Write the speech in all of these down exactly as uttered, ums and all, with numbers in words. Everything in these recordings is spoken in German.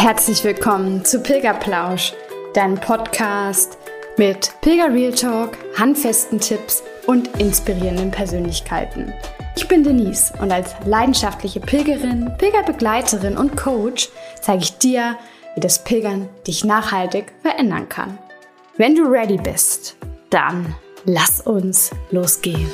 Herzlich willkommen zu Pilgerplausch, deinem Podcast mit Pilger Real Talk, handfesten Tipps und inspirierenden Persönlichkeiten. Ich bin Denise und als leidenschaftliche Pilgerin, Pilgerbegleiterin und Coach zeige ich dir, wie das Pilgern dich nachhaltig verändern kann. Wenn du ready bist, dann lass uns losgehen.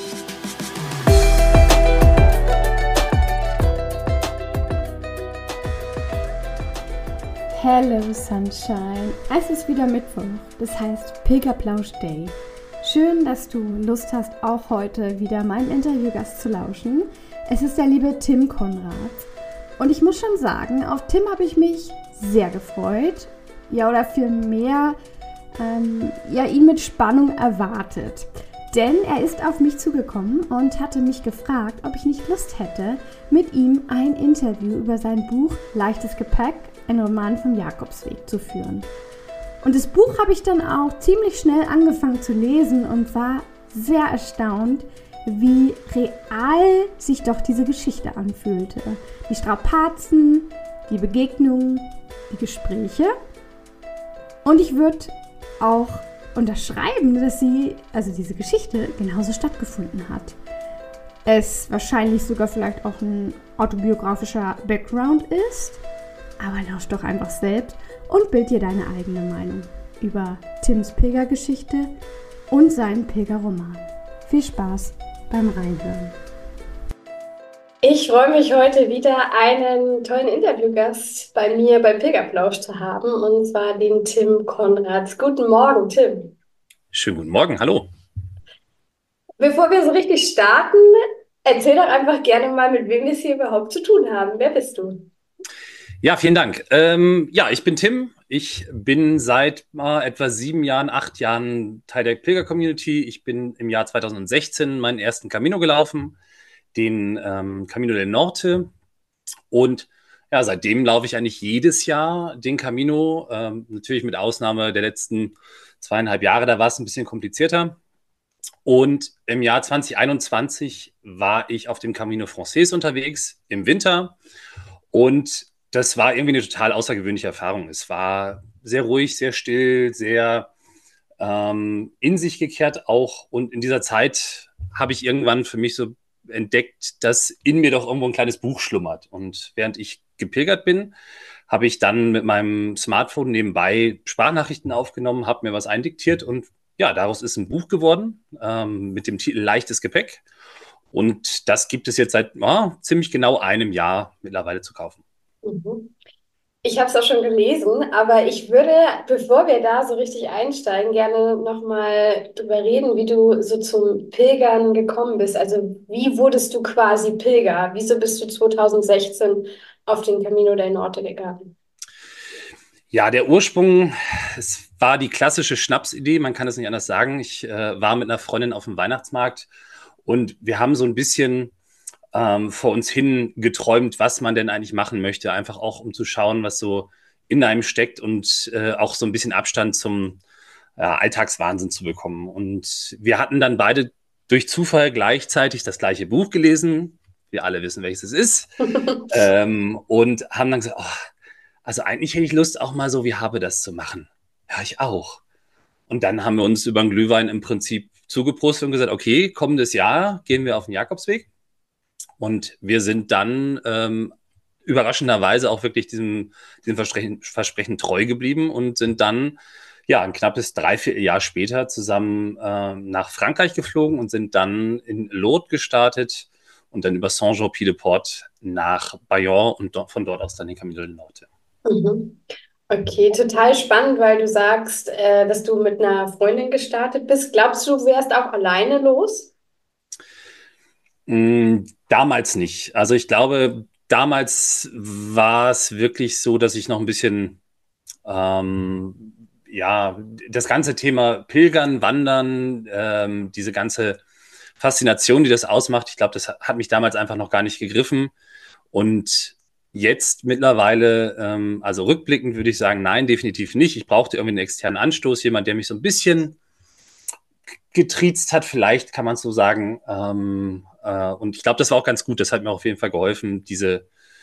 Hello Sunshine, es ist wieder Mittwoch, das heißt Pilgerplausch Day. Schön, dass du Lust hast, auch heute wieder meinem Interviewgast zu lauschen. Es ist der liebe Tim Konrad. Und ich muss schon sagen, auf Tim habe ich mich sehr gefreut. Ja, oder vielmehr, ähm, ja, ihn mit Spannung erwartet. Denn er ist auf mich zugekommen und hatte mich gefragt, ob ich nicht Lust hätte, mit ihm ein Interview über sein Buch Leichtes Gepäck, ein Roman vom Jakobsweg, zu führen. Und das Buch habe ich dann auch ziemlich schnell angefangen zu lesen und war sehr erstaunt, wie real sich doch diese Geschichte anfühlte. Die Strapazen, die Begegnungen, die Gespräche. Und ich würde auch unterschreiben, dass sie, also diese Geschichte, genauso stattgefunden hat. Es wahrscheinlich sogar vielleicht auch ein autobiografischer Background ist, aber lausch doch einfach selbst und bild dir deine eigene Meinung über Tims Pilgergeschichte und seinen Pilgerroman. Viel Spaß beim Reinhören. Ich freue mich heute wieder, einen tollen Interviewgast bei mir beim Pilgerplausch zu haben, und zwar den Tim Konrad. Guten Morgen, Tim. Schönen guten Morgen, hallo. Bevor wir so richtig starten, erzähl doch einfach gerne mal, mit wem wir es hier überhaupt zu tun haben. Wer bist du? Ja, vielen Dank. Ähm, ja, ich bin Tim. Ich bin seit äh, etwa sieben Jahren, acht Jahren Teil der Pilger-Community. Ich bin im Jahr zweitausendsechzehn meinen ersten Camino gelaufen, den ähm, Camino del Norte. Und ja, seitdem laufe ich eigentlich jedes Jahr den Camino. Ähm, natürlich mit Ausnahme der letzten zweieinhalb Jahre, da war es ein bisschen komplizierter. Und im Jahr zweitausendeinundzwanzig war ich auf dem Camino Frances unterwegs im Winter. Und das war irgendwie eine total außergewöhnliche Erfahrung. Es war sehr ruhig, sehr still, sehr ähm, in sich gekehrt auch. Und in dieser Zeit habe ich irgendwann für mich so entdeckt, dass in mir doch irgendwo ein kleines Buch schlummert. Und während ich gepilgert bin, habe ich dann mit meinem Smartphone nebenbei Sprachnachrichten aufgenommen, habe mir was eindiktiert und ja, daraus ist ein Buch geworden ähm, mit dem Titel Leichtes Gepäck. Und das gibt es jetzt seit oh, ziemlich genau einem Jahr mittlerweile zu kaufen. Mhm. Ich habe es auch schon gelesen, aber ich würde, bevor wir da so richtig einsteigen, gerne nochmal drüber reden, wie du so zum Pilgern gekommen bist. Also wie wurdest du quasi Pilger? Wieso bist du zweitausendsechzehn auf den Camino del Norte gegangen? Ja, der Ursprung, es war die klassische Schnapsidee, man kann es nicht anders sagen. Ich äh, war mit einer Freundin auf dem Weihnachtsmarkt und wir haben so ein bisschen ähm, vor uns hin geträumt, was man denn eigentlich machen möchte. Einfach auch, um zu schauen, was so in einem steckt und äh, auch so ein bisschen Abstand zum äh, Alltagswahnsinn zu bekommen. Und wir hatten dann beide durch Zufall gleichzeitig das gleiche Buch gelesen. Wir alle wissen, welches es ist. ähm, und haben dann gesagt, oh, also eigentlich hätte ich Lust, auch mal so wie Habe das zu machen. Ja, ich auch. Und dann haben wir uns über den Glühwein im Prinzip zugeprostet und gesagt, okay, kommendes Jahr gehen wir auf den Jakobsweg. Und wir sind dann ähm, überraschenderweise auch wirklich diesem, diesem Versprechen, Versprechen treu geblieben und sind dann ja ein knappes Dreivierteljahr später zusammen äh, nach Frankreich geflogen und sind dann in Lourdes gestartet und dann über Saint-Jean-Pied-de-Port nach Bayonne und do- von dort aus dann den Camino del Norte. Mhm. Okay, total spannend, weil du sagst, äh, dass du mit einer Freundin gestartet bist. Glaubst du, du wärst auch alleine los? Mm, Damals nicht. Also ich glaube, damals war es wirklich so, dass ich noch ein bisschen, ähm, ja, das ganze Thema Pilgern, Wandern, ähm, diese ganze Faszination, die das ausmacht, ich glaube, das hat mich damals einfach noch gar nicht gegriffen. Und jetzt mittlerweile, ähm, also rückblickend würde ich sagen, nein, definitiv nicht. Ich brauchte irgendwie einen externen Anstoß, jemand, der mich so ein bisschen getriezt hat, vielleicht kann man es so sagen. Ähm, äh, und ich glaube, das war auch ganz gut. Das hat mir auf jeden Fall geholfen, diese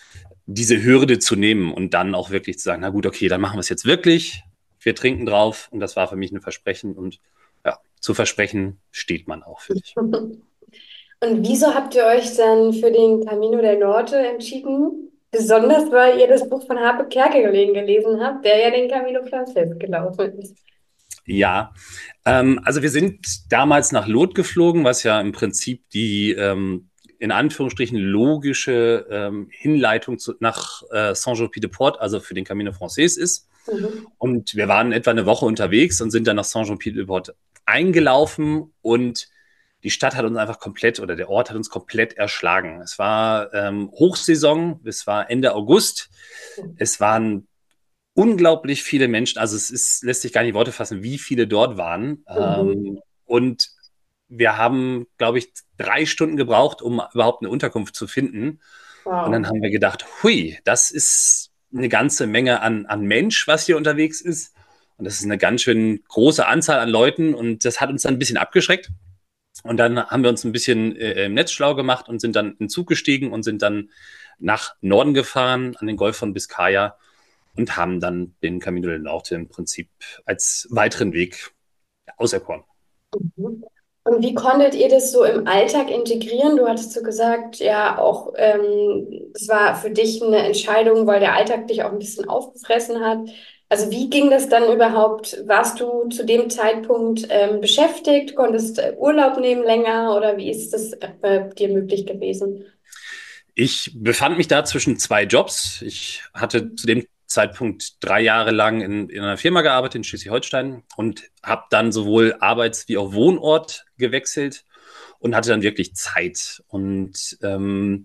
diese Hürde zu nehmen und dann auch wirklich zu sagen, na gut, okay, dann machen wir es jetzt wirklich. Wir trinken drauf und das war für mich ein Versprechen und ja, zu Versprechen steht man auch, finde ich. Und wieso habt ihr euch dann für den Camino del Norte entschieden? Besonders, weil ihr das Buch von Harpe Kerkeling gelesen habt, der ja den Camino Frances gelaufen ist. Ja, ähm, also wir sind damals nach Lourdes geflogen, was ja im Prinzip die ähm, in Anführungsstrichen logische ähm, Hinleitung zu, nach äh, Saint-Jean-Pied-de-Port, also für den Camino Frances ist. Mhm. Und wir waren etwa eine Woche unterwegs und sind dann nach Saint-Jean-Pied-de-Port eingelaufen und die Stadt hat uns einfach komplett, oder der Ort hat uns komplett erschlagen. Es war ähm, Hochsaison, es war Ende August, es waren unglaublich viele Menschen, also es ist, lässt sich gar nicht in Worte fassen, wie viele dort waren. Mhm. Ähm, und wir haben, glaube ich, drei Stunden gebraucht, um überhaupt eine Unterkunft zu finden. Wow. Und dann haben wir gedacht, hui, das ist eine ganze Menge an, an Mensch, was hier unterwegs ist. Und das ist eine ganz schön große Anzahl an Leuten. Und das hat uns dann ein bisschen abgeschreckt. Und dann haben wir uns ein bisschen äh, im Netz schlau gemacht und sind dann in den Zug gestiegen und sind dann nach Norden gefahren, an den Golf von Biscaya und haben dann den Camino del Norte im Prinzip als weiteren Weg auserkoren. Mhm. Und wie konntet ihr das so im Alltag integrieren? Du hattest so gesagt, ja, auch ähm, es war für dich eine Entscheidung, weil der Alltag dich auch ein bisschen aufgefressen hat. Also wie ging das dann überhaupt? Warst du zu dem Zeitpunkt ähm, beschäftigt? Konntest äh, Urlaub nehmen länger oder wie ist das äh, dir möglich gewesen? Ich befand mich da zwischen zwei Jobs. Ich hatte zu dem Zeitpunkt drei Jahre lang in, in einer Firma gearbeitet in Schleswig-Holstein und habe dann sowohl Arbeits- wie auch Wohnort gewechselt und hatte dann wirklich Zeit und ähm,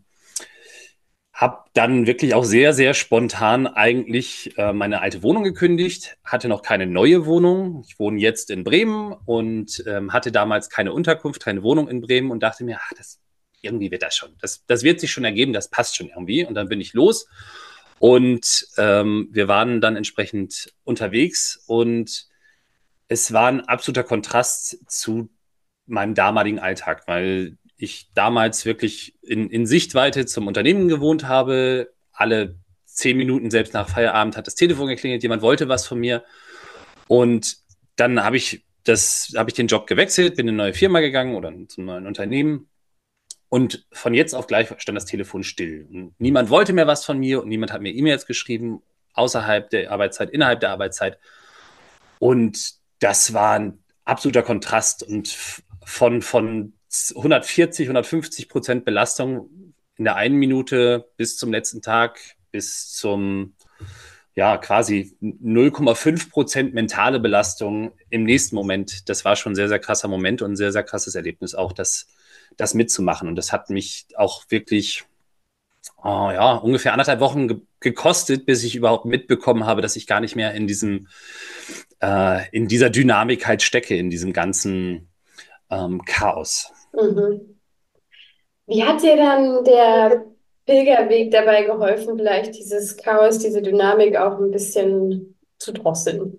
habe dann wirklich auch sehr, sehr spontan eigentlich äh, meine alte Wohnung gekündigt, hatte noch keine neue Wohnung. Ich wohne jetzt in Bremen und ähm, hatte damals keine Unterkunft, keine Wohnung in Bremen und dachte mir, ach, das, irgendwie wird das schon. Das, das wird sich schon ergeben, das passt schon irgendwie. Und dann bin ich los. Und ähm, wir waren dann entsprechend unterwegs und es war ein absoluter Kontrast zu meinem damaligen Alltag, weil ich damals wirklich in, in Sichtweite zum Unternehmen gewohnt habe. Alle zehn Minuten, selbst nach Feierabend, hat das Telefon geklingelt, jemand wollte was von mir. Und dann habe ich, das, habe ich den Job gewechselt, bin in eine neue Firma gegangen oder zum neuen Unternehmen. Und von jetzt auf gleich stand das Telefon still. Und niemand wollte mehr was von mir und niemand hat mir E-Mails geschrieben, außerhalb der Arbeitszeit, innerhalb der Arbeitszeit. Und das war ein absoluter Kontrast. Und von, von hundertvierzig, hundertfünfzig Prozent Belastung in der einen Minute bis zum letzten Tag, bis zum, ja, quasi null Komma fünf Prozent mentale Belastung im nächsten Moment. Das war schon ein sehr, sehr krasser Moment und ein sehr, sehr krasses Erlebnis auch, das das mitzumachen. Und das hat mich auch wirklich oh, ja, ungefähr anderthalb Wochen ge- gekostet, bis ich überhaupt mitbekommen habe, dass ich gar nicht mehr in diesem, äh, in dieser Dynamik halt stecke, in diesem ganzen ähm, Chaos. Mhm. Wie hat dir dann der Pilgerweg dabei geholfen, vielleicht dieses Chaos, diese Dynamik auch ein bisschen zu drosseln?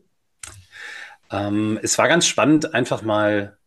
Ähm, es war ganz spannend, einfach mal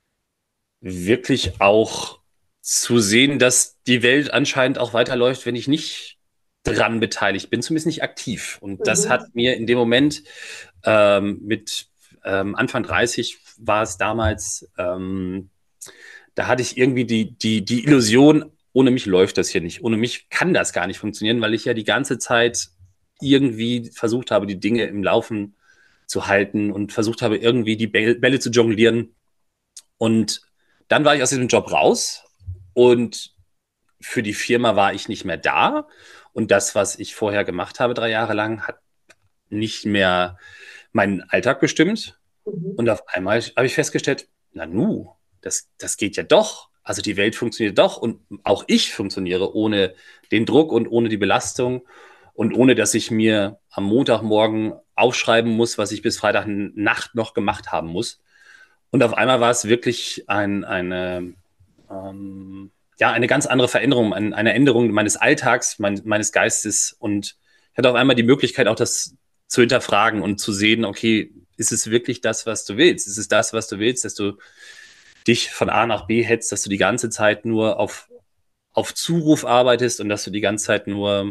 wirklich auch zu sehen, dass die Welt anscheinend auch weiterläuft, wenn ich nicht dran beteiligt bin, zumindest nicht aktiv. Und mhm. das hat mir in dem Moment ähm, mit ähm, Anfang dreißig war es damals, ähm, da hatte ich irgendwie die, die, die Illusion, ohne mich läuft das hier nicht. Ohne mich kann das gar nicht funktionieren, weil ich ja die ganze Zeit irgendwie versucht habe, die Dinge im Laufen zu halten und versucht habe, irgendwie die Bälle zu jonglieren. Und dann war ich aus diesem Job raus und für die Firma war ich nicht mehr da. Und das, was ich vorher gemacht habe, drei Jahre lang, hat nicht mehr meinen Alltag bestimmt. Mhm. Und auf einmal habe ich festgestellt, na nu, das, das geht ja doch. Also die Welt funktioniert doch und auch ich funktioniere ohne den Druck und ohne die Belastung und ohne, dass ich mir am Montagmorgen aufschreiben muss, was ich bis Freitagnacht noch gemacht haben muss. Und auf einmal war es wirklich ein, eine, ähm, ja, eine ganz andere Veränderung, ein, eine Änderung meines Alltags, mein, meines Geistes. Und ich hatte auf einmal die Möglichkeit, auch das zu hinterfragen und zu sehen, okay, ist es wirklich das, was du willst? Ist es das, was du willst, dass du dich von A nach B hetzt, dass du die ganze Zeit nur auf, auf Zuruf arbeitest und dass du die ganze Zeit nur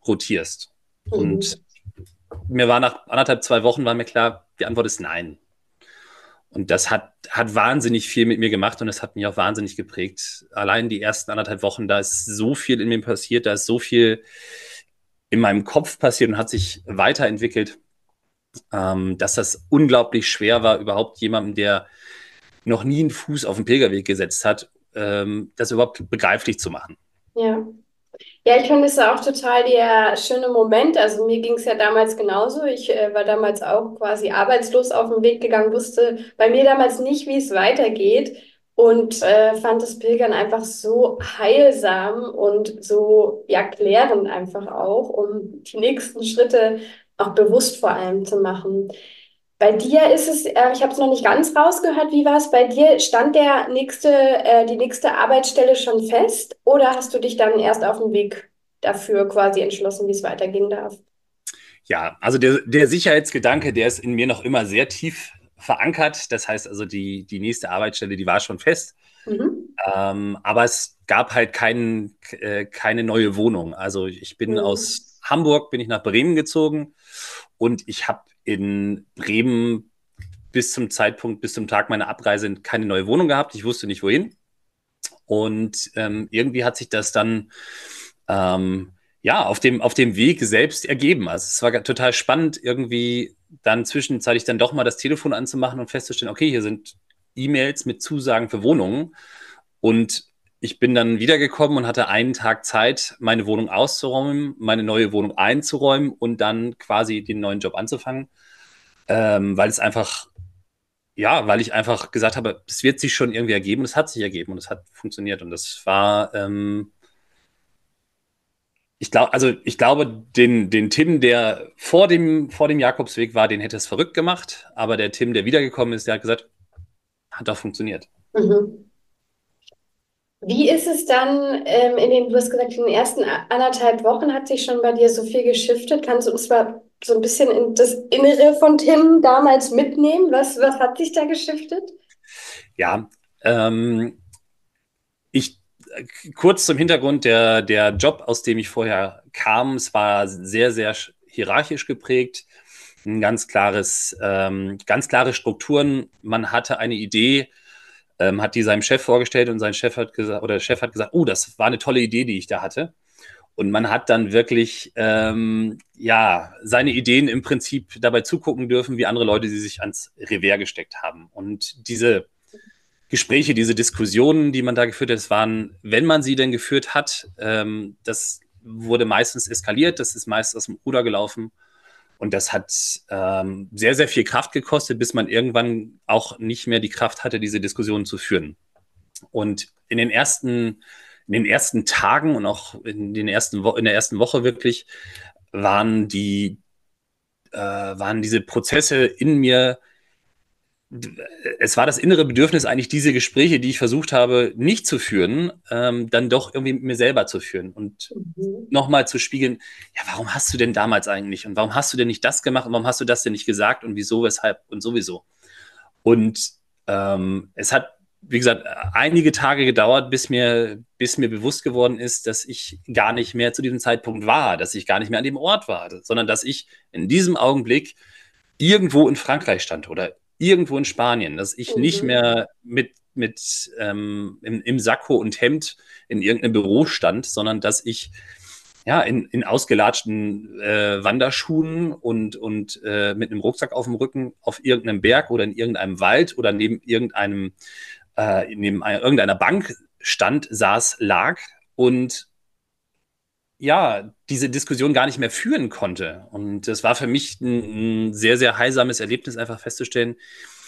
rotierst. Mhm. Und mir war nach anderthalb, zwei Wochen war mir klar, die Antwort ist nein. Und das hat, hat wahnsinnig viel mit mir gemacht und es hat mich auch wahnsinnig geprägt. Allein die ersten anderthalb Wochen, da ist so viel in mir passiert, da ist so viel in meinem Kopf passiert und hat sich weiterentwickelt, ähm, dass das unglaublich schwer war, überhaupt jemandem, der noch nie einen Fuß auf den Pilgerweg gesetzt hat, ähm, das überhaupt begreiflich zu machen. Ja. Ja, ich finde es auch total der schöne Moment. Also mir ging es ja damals genauso. Ich äh, war damals auch quasi arbeitslos auf den Weg gegangen, wusste bei mir damals nicht, wie es weitergeht und äh, fand das Pilgern einfach so heilsam und so ja klärend einfach auch, um die nächsten Schritte auch bewusst vor allem zu machen. Bei dir ist es, äh, ich habe es noch nicht ganz rausgehört, wie war es bei dir? Stand der nächste, äh, die nächste Arbeitsstelle schon fest oder hast du dich dann erst auf den Weg dafür quasi entschlossen, wie es weitergehen darf? Ja, also der, der Sicherheitsgedanke, der ist in mir noch immer sehr tief verankert. Das heißt also, die, die nächste Arbeitsstelle, die war schon fest. Mhm. Ähm, aber es gab halt kein, äh, keine neue Wohnung. Also ich bin Mhm. aus Hamburg, bin ich nach Bremen gezogen und ich habe in Bremen bis zum Zeitpunkt, bis zum Tag meiner Abreise keine neue Wohnung gehabt. Ich wusste nicht, wohin. Und ähm, irgendwie hat sich das dann ähm, ja auf dem, auf dem Weg selbst ergeben. Also es war total spannend, irgendwie dann zwischenzeitlich dann doch mal das Telefon anzumachen und festzustellen, okay, hier sind E-Mails mit Zusagen für Wohnungen. Und ich bin dann wiedergekommen und hatte einen Tag Zeit, meine Wohnung auszuräumen, meine neue Wohnung einzuräumen und dann quasi den neuen Job anzufangen, ähm, weil es einfach, ja, weil ich einfach gesagt habe, es wird sich schon irgendwie ergeben und es hat sich ergeben und es hat funktioniert. Und das war, ähm, ich glaube, also ich glaube, den, den Tim, der vor dem, vor dem Jakobsweg war, den hätte es verrückt gemacht. Aber der Tim, der wiedergekommen ist, der hat gesagt, hat doch funktioniert. Mhm. Wie ist es dann ähm, in den, du hast gesagt, in den ersten a- anderthalb Wochen hat sich schon bei dir so viel geschiftet. Kannst du uns mal so ein bisschen in das Innere von Tim damals mitnehmen? Was, was hat sich da geschiftet? Ja, ähm, ich, äh, kurz zum Hintergrund, der, der Job, aus dem ich vorher kam, es war sehr, sehr hierarchisch geprägt, ein ganz klares, ähm, ganz klare Strukturen. Man hatte eine Idee, ähm, hat die seinem Chef vorgestellt und sein Chef hat gesagt, oder der Chef hat gesagt, oh, das war eine tolle Idee, die ich da hatte. Und man hat dann wirklich, ähm, ja, seine Ideen im Prinzip dabei zugucken dürfen, wie andere Leute sie sich ans Revers gesteckt haben. Und diese Gespräche, diese Diskussionen, die man da geführt hat, das waren, wenn man sie denn geführt hat, ähm, das wurde meistens eskaliert, das ist meist aus dem Ruder gelaufen. Und das hat ähm, sehr, sehr viel Kraft gekostet, bis man irgendwann auch nicht mehr die Kraft hatte, diese Diskussionen zu führen. Und in den ersten, in den ersten Tagen und auch in, den ersten Wo- in der ersten Woche wirklich waren die, äh, waren diese Prozesse in mir. Es war das innere Bedürfnis, eigentlich diese Gespräche, die ich versucht habe, nicht zu führen, ähm, dann doch irgendwie mit mir selber zu führen und Mhm. nochmal zu spiegeln, ja, warum hast du denn damals eigentlich und warum hast du denn nicht das gemacht und warum hast du das denn nicht gesagt und wieso, weshalb und sowieso. Und ähm, es hat, wie gesagt, einige Tage gedauert, bis mir, bis mir bewusst geworden ist, dass ich gar nicht mehr zu diesem Zeitpunkt war, dass ich gar nicht mehr an dem Ort war, sondern dass ich in diesem Augenblick irgendwo in Frankreich stand oder irgendwo in Spanien, dass ich nicht Mhm. mehr mit, mit ähm, im, im Sakko und Hemd in irgendeinem Büro stand, sondern dass ich ja in, in ausgelatschten äh, Wanderschuhen und, und äh, mit einem Rucksack auf dem Rücken auf irgendeinem Berg oder in irgendeinem Wald oder neben irgendeinem äh, neben einer, irgendeiner Bank stand, saß, lag und ja, diese Diskussion gar nicht mehr führen konnte. Und es war für mich ein, ein sehr, sehr heilsames Erlebnis, einfach festzustellen,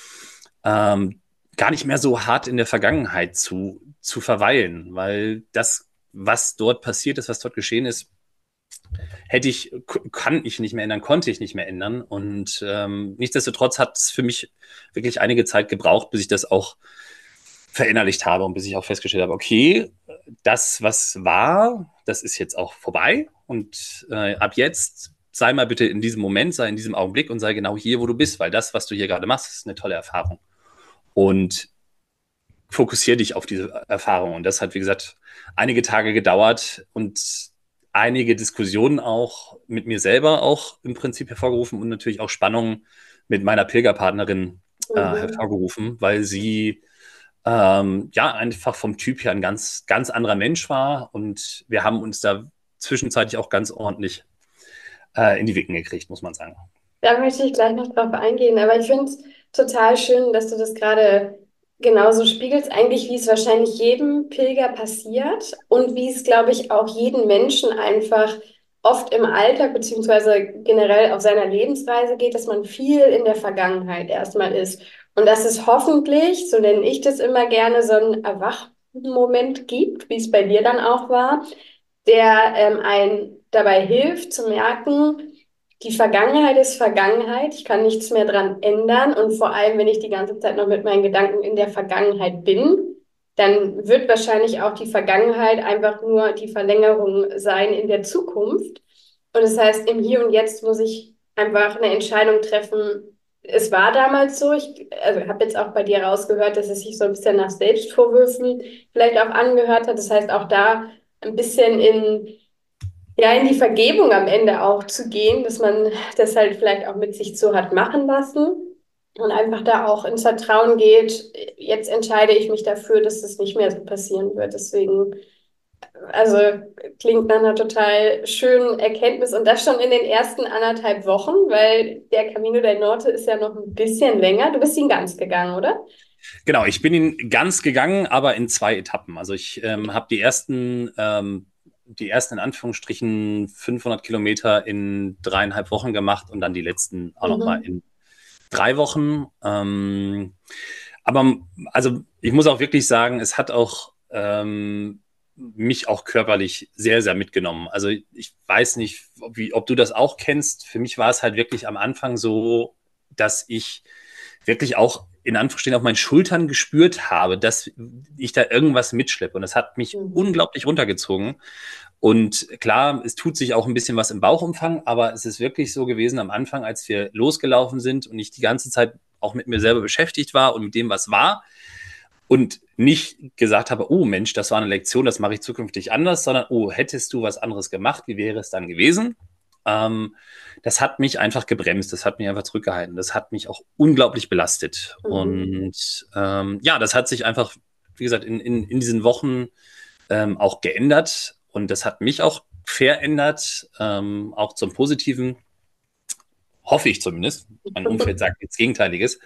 ähm, gar nicht mehr so hart in der Vergangenheit zu, zu verweilen, weil das, was dort passiert ist, was dort geschehen ist, hätte ich, kann ich nicht mehr ändern, konnte ich nicht mehr ändern. Und ähm, nichtsdestotrotz hat es für mich wirklich einige Zeit gebraucht, bis ich das auch verinnerlicht habe und bis ich auch festgestellt habe, okay, das, was war, das ist jetzt auch vorbei und äh, ab jetzt sei mal bitte in diesem Moment, sei in diesem Augenblick und sei genau hier, wo du bist, weil das, was du hier gerade machst, ist eine tolle Erfahrung. Und fokussiere dich auf diese Erfahrung. Und das hat, wie gesagt, einige Tage gedauert und einige Diskussionen auch mit mir selber auch im Prinzip hervorgerufen und natürlich auch Spannungen mit meiner Pilgerpartnerin äh, Mhm. hervorgerufen, weil sie ähm, ja einfach vom Typ her ein ganz, ganz anderer Mensch war und wir haben uns da zwischenzeitlich auch ganz ordentlich äh, in die Wicken gekriegt, muss man sagen. Da möchte ich gleich noch drauf eingehen, aber ich finde es total schön, dass du das gerade genauso spiegelst, eigentlich wie es wahrscheinlich jedem Pilger passiert und wie es, glaube ich, auch jeden Menschen einfach oft im Alltag beziehungsweise generell auf seiner Lebensreise geht, dass man viel in der Vergangenheit erstmal ist. Und dass es hoffentlich, so nenne ich das immer gerne, so einen Erwachmoment gibt, wie es bei dir dann auch war, der ähm, einen dabei hilft zu merken, die Vergangenheit ist Vergangenheit, ich kann nichts mehr dran ändern und vor allem, wenn ich die ganze Zeit noch mit meinen Gedanken in der Vergangenheit bin, dann wird wahrscheinlich auch die Vergangenheit einfach nur die Verlängerung sein in der Zukunft. Und das heißt, im Hier und Jetzt muss ich einfach eine Entscheidung treffen. Es war damals so, ich also habe jetzt auch bei dir rausgehört, dass es sich so ein bisschen nach Selbstvorwürfen vielleicht auch angehört hat. Das heißt, auch da ein bisschen in ja, in die Vergebung am Ende auch zu gehen, dass man das halt vielleicht auch mit sich so hat machen lassen und einfach da auch ins Vertrauen geht, jetzt entscheide ich mich dafür, dass das nicht mehr so passieren wird. Deswegen, also klingt nach einer total schönen Erkenntnis und das schon in den ersten anderthalb Wochen, weil der Camino del Norte ist ja noch ein bisschen länger. Du bist ihn ganz gegangen, oder? Genau, ich bin ihn ganz gegangen, aber in zwei Etappen. Also ich ähm, habe die ersten, ähm, die ersten in Anführungsstrichen fünfhundert Kilometer in dreieinhalb Wochen gemacht und dann die letzten auch nochmal Mhm. in drei Wochen. Ähm, aber also ich muss auch wirklich sagen, es hat auch ähm, mich auch körperlich sehr, sehr mitgenommen. Also ich weiß nicht, ob, wie, ob du das auch kennst. Für mich war es halt wirklich am Anfang so, dass ich wirklich auch in Anführungsstrichen auf meinen Schultern gespürt habe, dass ich da irgendwas mitschleppe. Und das hat mich Mhm. unglaublich runtergezogen. Und klar, es tut sich auch ein bisschen was im Bauchumfang, aber es ist wirklich so gewesen am Anfang, als wir losgelaufen sind und ich die ganze Zeit auch mit mir selber beschäftigt war und mit dem, was war und nicht gesagt habe, oh Mensch, das war eine Lektion, das mache ich zukünftig anders, sondern, oh, hättest du was anderes gemacht, wie wäre es dann gewesen? Ähm, das hat mich einfach gebremst, das hat mich einfach zurückgehalten, das hat mich auch unglaublich belastet. Mhm. Und ähm, ja, das hat sich einfach, wie gesagt, in, in, in diesen Wochen ähm, auch geändert und das hat mich auch verändert, ähm, auch zum Positiven, hoffe ich zumindest. Mein Umfeld sagt nichts Gegenteiliges.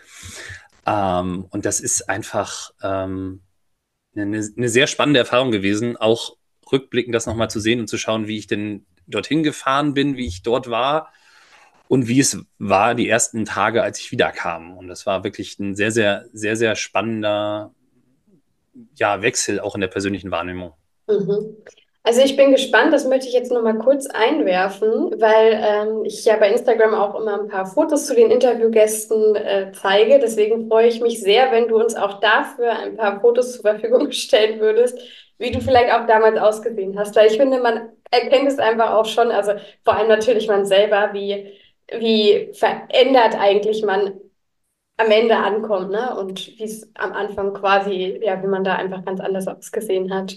Ähm, und das ist einfach ähm, eine, eine sehr spannende Erfahrung gewesen, auch rückblickend das nochmal zu sehen und zu schauen, wie ich denn dorthin gefahren bin, wie ich dort war und wie es war die ersten Tage, als ich wiederkam. Und das war wirklich ein sehr, sehr, sehr, sehr spannender ja, Wechsel auch in der persönlichen Wahrnehmung. Mhm. Also ich bin gespannt, das möchte ich jetzt noch mal kurz einwerfen, weil ähm, ich ja bei Instagram auch immer ein paar Fotos zu den Interviewgästen äh, zeige. Deswegen freue ich mich sehr, wenn du uns auch dafür ein paar Fotos zur Verfügung stellen würdest, wie du vielleicht auch damals ausgesehen hast. Weil ich finde, man erkennt es einfach auch schon, also vor allem natürlich man selber, wie, wie verändert eigentlich man am Ende ankommt, ne? Und wie es am Anfang quasi, ja, wie man da einfach ganz anders ausgesehen hat.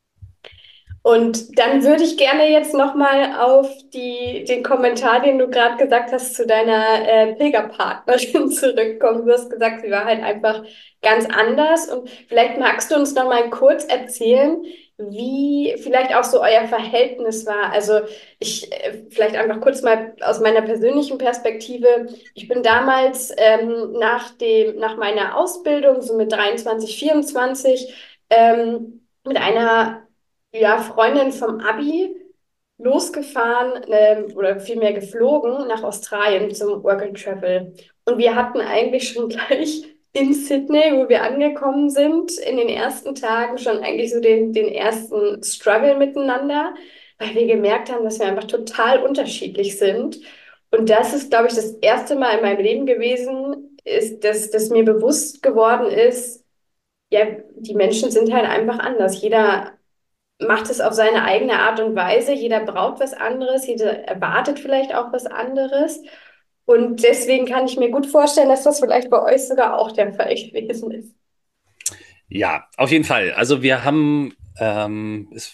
Und dann würde ich gerne jetzt nochmal auf die, den Kommentar, den du gerade gesagt hast, zu deiner äh, Pilgerpartnerin zurückkommen. Du hast gesagt, sie war halt einfach ganz anders. Und vielleicht magst du uns nochmal kurz erzählen, wie vielleicht auch so euer Verhältnis war. Also ich, äh, vielleicht einfach kurz mal aus meiner persönlichen Perspektive. Ich bin damals ähm, nach dem, nach meiner Ausbildung, so mit dreiundzwanzig, vierundzwanzig, ähm, mit einer ja, Freundin vom Abi losgefahren ähm, oder vielmehr geflogen nach Australien zum Work and Travel. Und wir hatten eigentlich schon gleich in Sydney, wo wir angekommen sind, in den ersten Tagen schon eigentlich so den, den ersten Struggle miteinander, weil wir gemerkt haben, dass wir einfach total unterschiedlich sind. Und das ist, glaube ich, das erste Mal in meinem Leben gewesen, ist, dass, dass mir bewusst geworden ist, ja, die Menschen sind halt einfach anders. Jeder macht es auf seine eigene Art und Weise. Jeder braucht was anderes, jeder erwartet vielleicht auch was anderes. Und deswegen kann ich mir gut vorstellen, dass das vielleicht bei euch sogar auch der Fall gewesen ist. Ja, auf jeden Fall. Also wir haben, ähm, es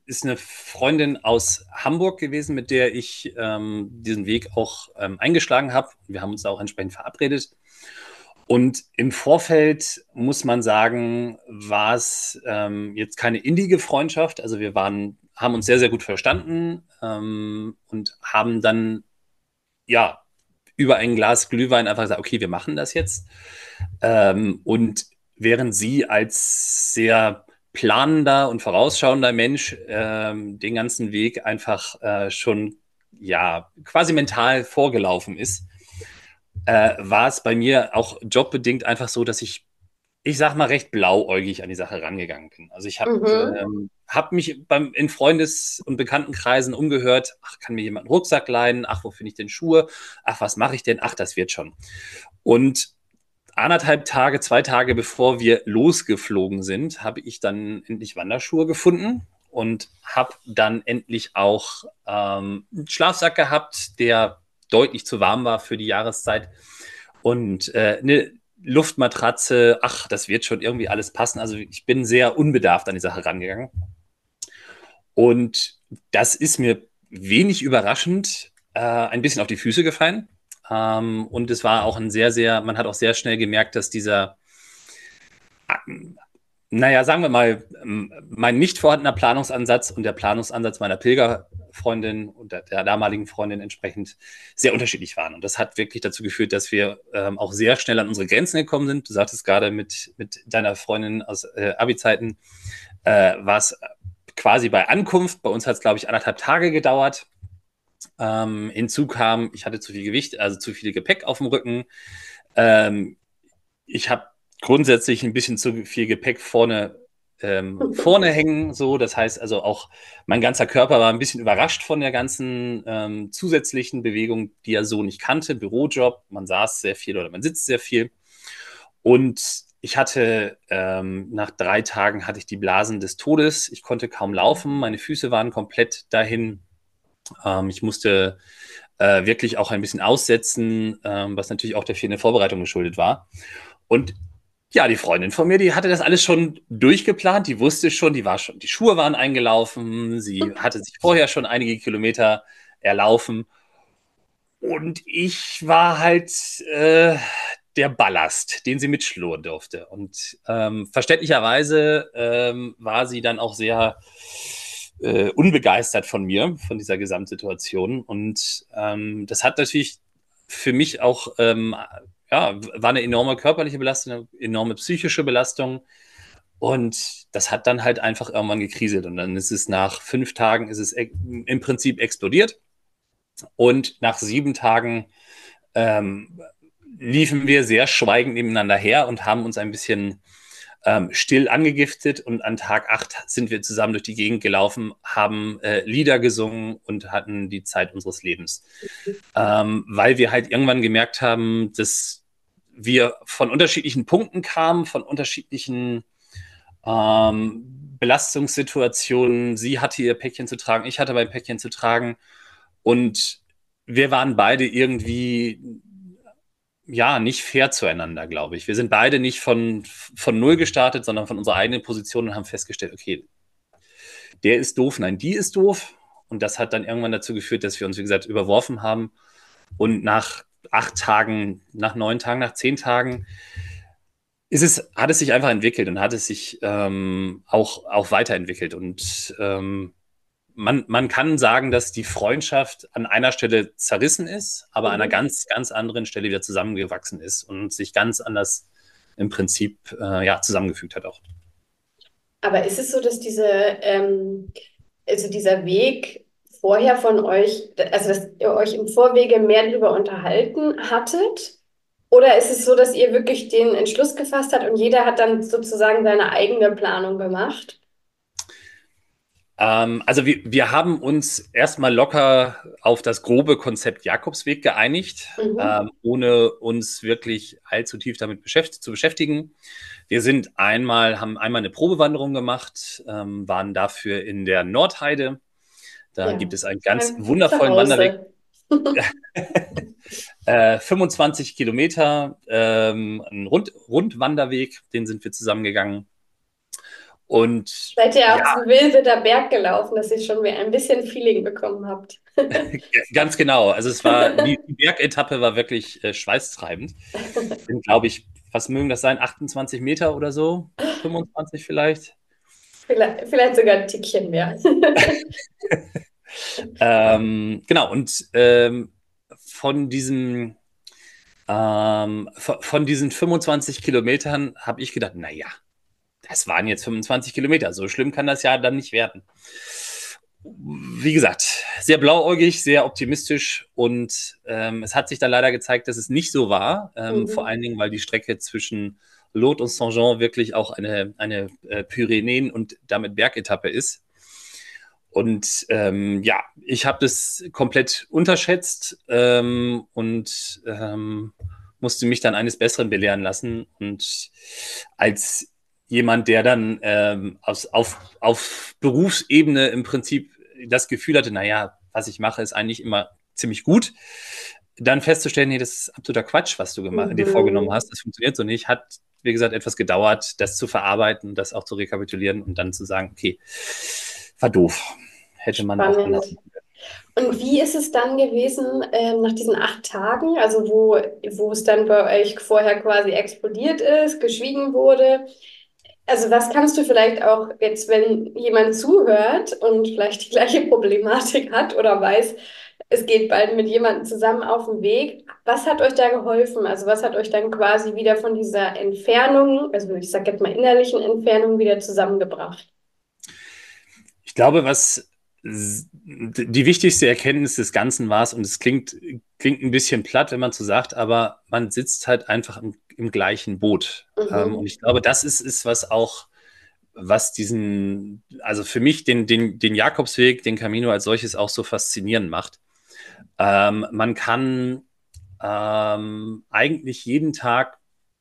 ist eine Freundin aus Hamburg gewesen, mit der ich ähm, diesen Weg auch ähm, eingeschlagen habe. Wir haben uns auch entsprechend verabredet. Und im Vorfeld, muss man sagen, war es ähm, jetzt keine innige Freundschaft. Also wir waren, haben uns sehr, sehr gut verstanden ähm, und haben dann ja über ein Glas Glühwein einfach gesagt, okay, wir machen das jetzt. Ähm, und während sie als sehr planender und vorausschauender Mensch ähm, den ganzen Weg einfach äh, schon ja quasi mental vorgelaufen ist, äh, war es bei mir auch jobbedingt einfach so, dass ich, ich sag mal, recht blauäugig an die Sache rangegangen bin. Also ich habe Mhm. ähm, hab mich beim, in Freundes- und Bekanntenkreisen umgehört, ach, kann mir jemand einen Rucksack leihen? Ach, wo finde ich denn Schuhe? Ach, was mache ich denn? Ach, das wird schon. Und anderthalb Tage, zwei Tage bevor wir losgeflogen sind, habe ich dann endlich Wanderschuhe gefunden und habe dann endlich auch ähm, einen Schlafsack gehabt, der deutlich zu warm war für die Jahreszeit und äh, eine Luftmatratze. Ach, das wird schon irgendwie alles passen. Also ich bin sehr unbedarft an die Sache rangegangen und das ist mir wenig überraschend äh, ein bisschen auf die Füße gefallen. Ähm, und es war auch ein sehr, sehr, man hat auch sehr schnell gemerkt, dass dieser, naja, sagen wir mal, ähm, mein nicht vorhandener Planungsansatz und der Planungsansatz meiner Pilgerfreundin und der, der damaligen Freundin entsprechend sehr unterschiedlich waren. Und das hat wirklich dazu geführt, dass wir ähm, auch sehr schnell an unsere Grenzen gekommen sind. Du sagtest gerade mit, mit deiner Freundin aus äh, Abi-Zeiten, äh, war es quasi bei Ankunft. Bei uns hat es, glaube ich, anderthalb Tage gedauert. Ähm, hinzu kam, ich hatte zu viel Gewicht, also zu viel Gepäck auf dem Rücken. Ähm, ich habe grundsätzlich ein bisschen zu viel Gepäck vorne, ähm, vorne hängen. So, das heißt also auch, mein ganzer Körper war ein bisschen überrascht von der ganzen ähm, zusätzlichen Bewegung, die er so nicht kannte. Bürojob, man saß sehr viel oder man sitzt sehr viel. Und ich hatte ähm, nach drei Tagen hatte ich die Blasen des Todes. Ich konnte kaum laufen. Meine Füße waren komplett dahin. Ähm, ich musste äh, wirklich auch ein bisschen aussetzen, ähm, was natürlich auch der fehlenden Vorbereitung geschuldet war. Und ja, die Freundin von mir, die hatte das alles schon durchgeplant. Die wusste schon, die war schon, die Schuhe waren eingelaufen. Sie hatte sich vorher schon einige Kilometer erlaufen. Und ich war halt äh, der Ballast, den sie mitschlurren durfte. Und ähm, verständlicherweise ähm, war sie dann auch sehr äh, unbegeistert von mir, von dieser Gesamtsituation. Und ähm, das hat natürlich für mich auch, ähm, ja, war eine enorme körperliche Belastung, eine enorme psychische Belastung. Und das hat dann halt einfach irgendwann gekriselt. Und dann ist es nach fünf Tagen, ist es e- im Prinzip explodiert. Und nach sieben Tagen ähm, liefen wir sehr schweigend nebeneinander her und haben uns ein bisschen ähm, still angegiftet. Und an Tag acht sind wir zusammen durch die Gegend gelaufen, haben äh, Lieder gesungen und hatten die Zeit unseres Lebens. Ähm, weil wir halt irgendwann gemerkt haben, dass wir von unterschiedlichen Punkten kamen, von unterschiedlichen ähm, Belastungssituationen. Sie hatte ihr Päckchen zu tragen, ich hatte mein Päckchen zu tragen. Und wir waren beide irgendwie, ja, nicht fair zueinander, glaube ich. Wir sind beide nicht von, von Null gestartet, sondern von unserer eigenen Position und haben festgestellt, okay, der ist doof, nein, die ist doof. Und das hat dann irgendwann dazu geführt, dass wir uns, wie gesagt, überworfen haben. Und nach acht Tagen, nach neun Tagen, nach zehn Tagen ist es, hat es sich einfach entwickelt und hat es sich ähm, auch, auch weiterentwickelt. Und ähm, man, man kann sagen, dass die Freundschaft an einer Stelle zerrissen ist, aber an einer Mhm. ganz, ganz anderen Stelle wieder zusammengewachsen ist und sich ganz anders im Prinzip äh, ja, zusammengefügt hat auch. Aber ist es so, dass diese, ähm, also dieser Weg vorher von euch, also dass ihr euch im Vorwege mehr darüber unterhalten hattet? Oder ist es so, dass ihr wirklich den Entschluss gefasst habt und jeder hat dann sozusagen seine eigene Planung gemacht? Ähm, also wir, wir haben uns erstmal locker auf das grobe Konzept Jakobsweg geeinigt, Mhm. ähm, ohne uns wirklich allzu tief damit beschäftigt, zu beschäftigen. Wir sind einmal, haben einmal eine Probewanderung gemacht, ähm, waren dafür in der Nordheide. Da Ja, gibt es einen ganz beim wundervollen Wanderweg, Zuhause. äh, fünfundzwanzig Kilometer, ähm, ein Rund Rundwanderweg, den sind wir zusammengegangen. Und Seid ihr auch ja, so Wilseder Berg gelaufen, dass ihr schon ein bisschen Feeling bekommen habt? ganz genau. Also es war, die, die Bergetappe war wirklich äh, schweißtreibend. Sind, glaube ich, was mögen das sein? achtundzwanzig Meter oder so? fünfundzwanzig vielleicht? Vielleicht, vielleicht sogar ein Tickchen mehr. Ähm, genau, und ähm, von diesem, ähm, von, von diesen fünfundzwanzig Kilometern habe ich gedacht, naja, das waren jetzt fünfundzwanzig Kilometer, so schlimm kann das ja dann nicht werden. Wie gesagt, sehr blauäugig, sehr optimistisch und ähm, es hat sich dann leider gezeigt, dass es nicht so war, ähm, vor Mhm. allen Dingen, weil die Strecke zwischen Lot und Saint-Jean wirklich auch eine, eine äh, Pyrenäen- und damit Bergetappe ist. Und ähm, ja, ich habe das komplett unterschätzt ähm, und ähm, musste mich dann eines Besseren belehren lassen. Und als jemand, der dann ähm, aus, auf, auf Berufsebene im Prinzip das Gefühl hatte, naja, was ich mache, ist eigentlich immer ziemlich gut, dann festzustellen, nee, das ist absoluter Quatsch, was du dir vorgenommen Mhm. hast, das funktioniert so nicht, hat, wie gesagt, etwas gedauert, das zu verarbeiten, das auch zu rekapitulieren und dann zu sagen, okay, war doof. Hätte man auch anders Spannend. machen Und wie ist es dann gewesen, ähm, nach diesen acht Tagen, also wo, wo es dann bei euch vorher quasi explodiert ist, geschwiegen wurde? Also was kannst du vielleicht auch jetzt, wenn jemand zuhört und vielleicht die gleiche Problematik hat oder weiß, es geht bald mit jemandem zusammen auf den Weg, was hat euch da geholfen? Also was hat euch dann quasi wieder von dieser Entfernung, also ich sage jetzt mal innerlichen Entfernung, wieder zusammengebracht? Ich glaube, was die wichtigste Erkenntnis des Ganzen war es, und es klingt, klingt ein bisschen platt, wenn man so sagt, aber man sitzt halt einfach im, im gleichen Boot. Ähm, und Mhm. ich glaube, das ist, ist was auch, was diesen, also für mich den, den, den Jakobsweg, den Camino als solches auch so faszinierend macht. Ähm, man kann ähm, eigentlich jeden Tag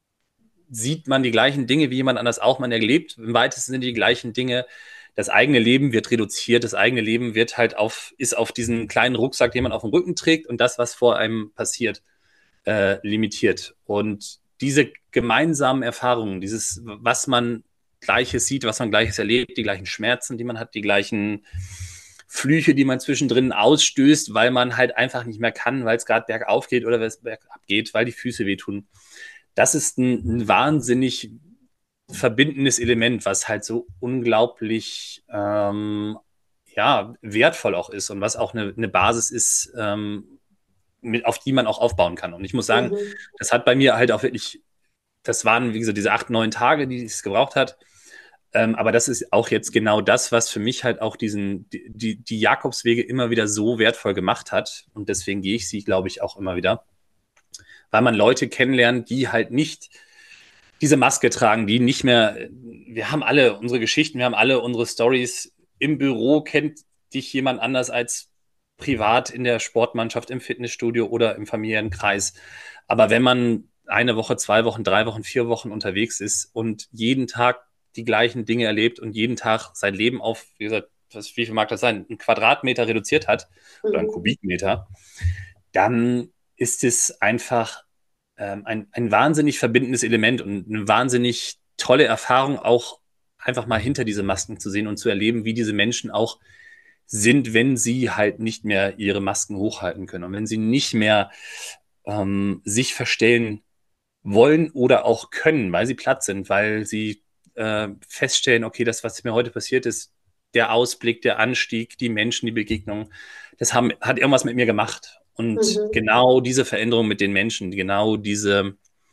sieht man die gleichen Dinge wie jemand anders auch. Man erlebt im weitesten Sinne die gleichen Dinge. Das eigene Leben wird reduziert. Das eigene Leben wird halt auf, ist auf diesen kleinen Rucksack, den man auf dem Rücken trägt und das, was vor einem passiert, äh, limitiert. Und diese gemeinsamen Erfahrungen, dieses, was man Gleiches sieht, was man Gleiches erlebt, die gleichen Schmerzen, die man hat, die gleichen Flüche, die man zwischendrin ausstößt, weil man halt einfach nicht mehr kann, weil es gerade bergauf geht oder weil es bergab geht, weil die Füße wehtun. Das ist ein, ein wahnsinnig verbindendes Element, was halt so unglaublich ähm, ja, wertvoll auch ist und was auch eine, eine Basis ist, ähm, mit, auf die man auch aufbauen kann. Und ich muss sagen, Mhm. das hat bei mir halt auch wirklich, das waren, wie gesagt, diese acht, neun Tage, die es gebraucht hat. Ähm, aber das ist auch jetzt genau das, was für mich halt auch diesen, die, die, die Jakobswege immer wieder so wertvoll gemacht hat. Und deswegen gehe ich sie, glaube ich, auch immer wieder. Weil man Leute kennenlernt, die halt nicht diese Maske tragen, die nicht mehr, wir haben alle unsere Geschichten, wir haben alle unsere Stories. Im Büro kennt dich jemand anders als privat in der Sportmannschaft, im Fitnessstudio oder im Familienkreis. Aber wenn man eine Woche, zwei Wochen, drei Wochen, vier Wochen unterwegs ist und jeden Tag die gleichen Dinge erlebt und jeden Tag sein Leben auf, wie gesagt, was, wie viel mag das sein, einen Quadratmeter reduziert hat oder einen Mhm. Kubikmeter, dann ist es einfach ähm, ein, ein wahnsinnig verbindendes Element und eine wahnsinnig tolle Erfahrung, auch einfach mal hinter diese Masken zu sehen und zu erleben, wie diese Menschen auch sind, wenn sie halt nicht mehr ihre Masken hochhalten können und wenn sie nicht mehr ähm, sich verstellen wollen oder auch können, weil sie platt sind, weil sie äh, feststellen, okay, das, was mir heute passiert ist, der Ausblick, der Anstieg, die Menschen, die Begegnung, das haben, hat irgendwas mit mir gemacht. Und Mhm. genau diese Veränderung mit den Menschen, genau diese,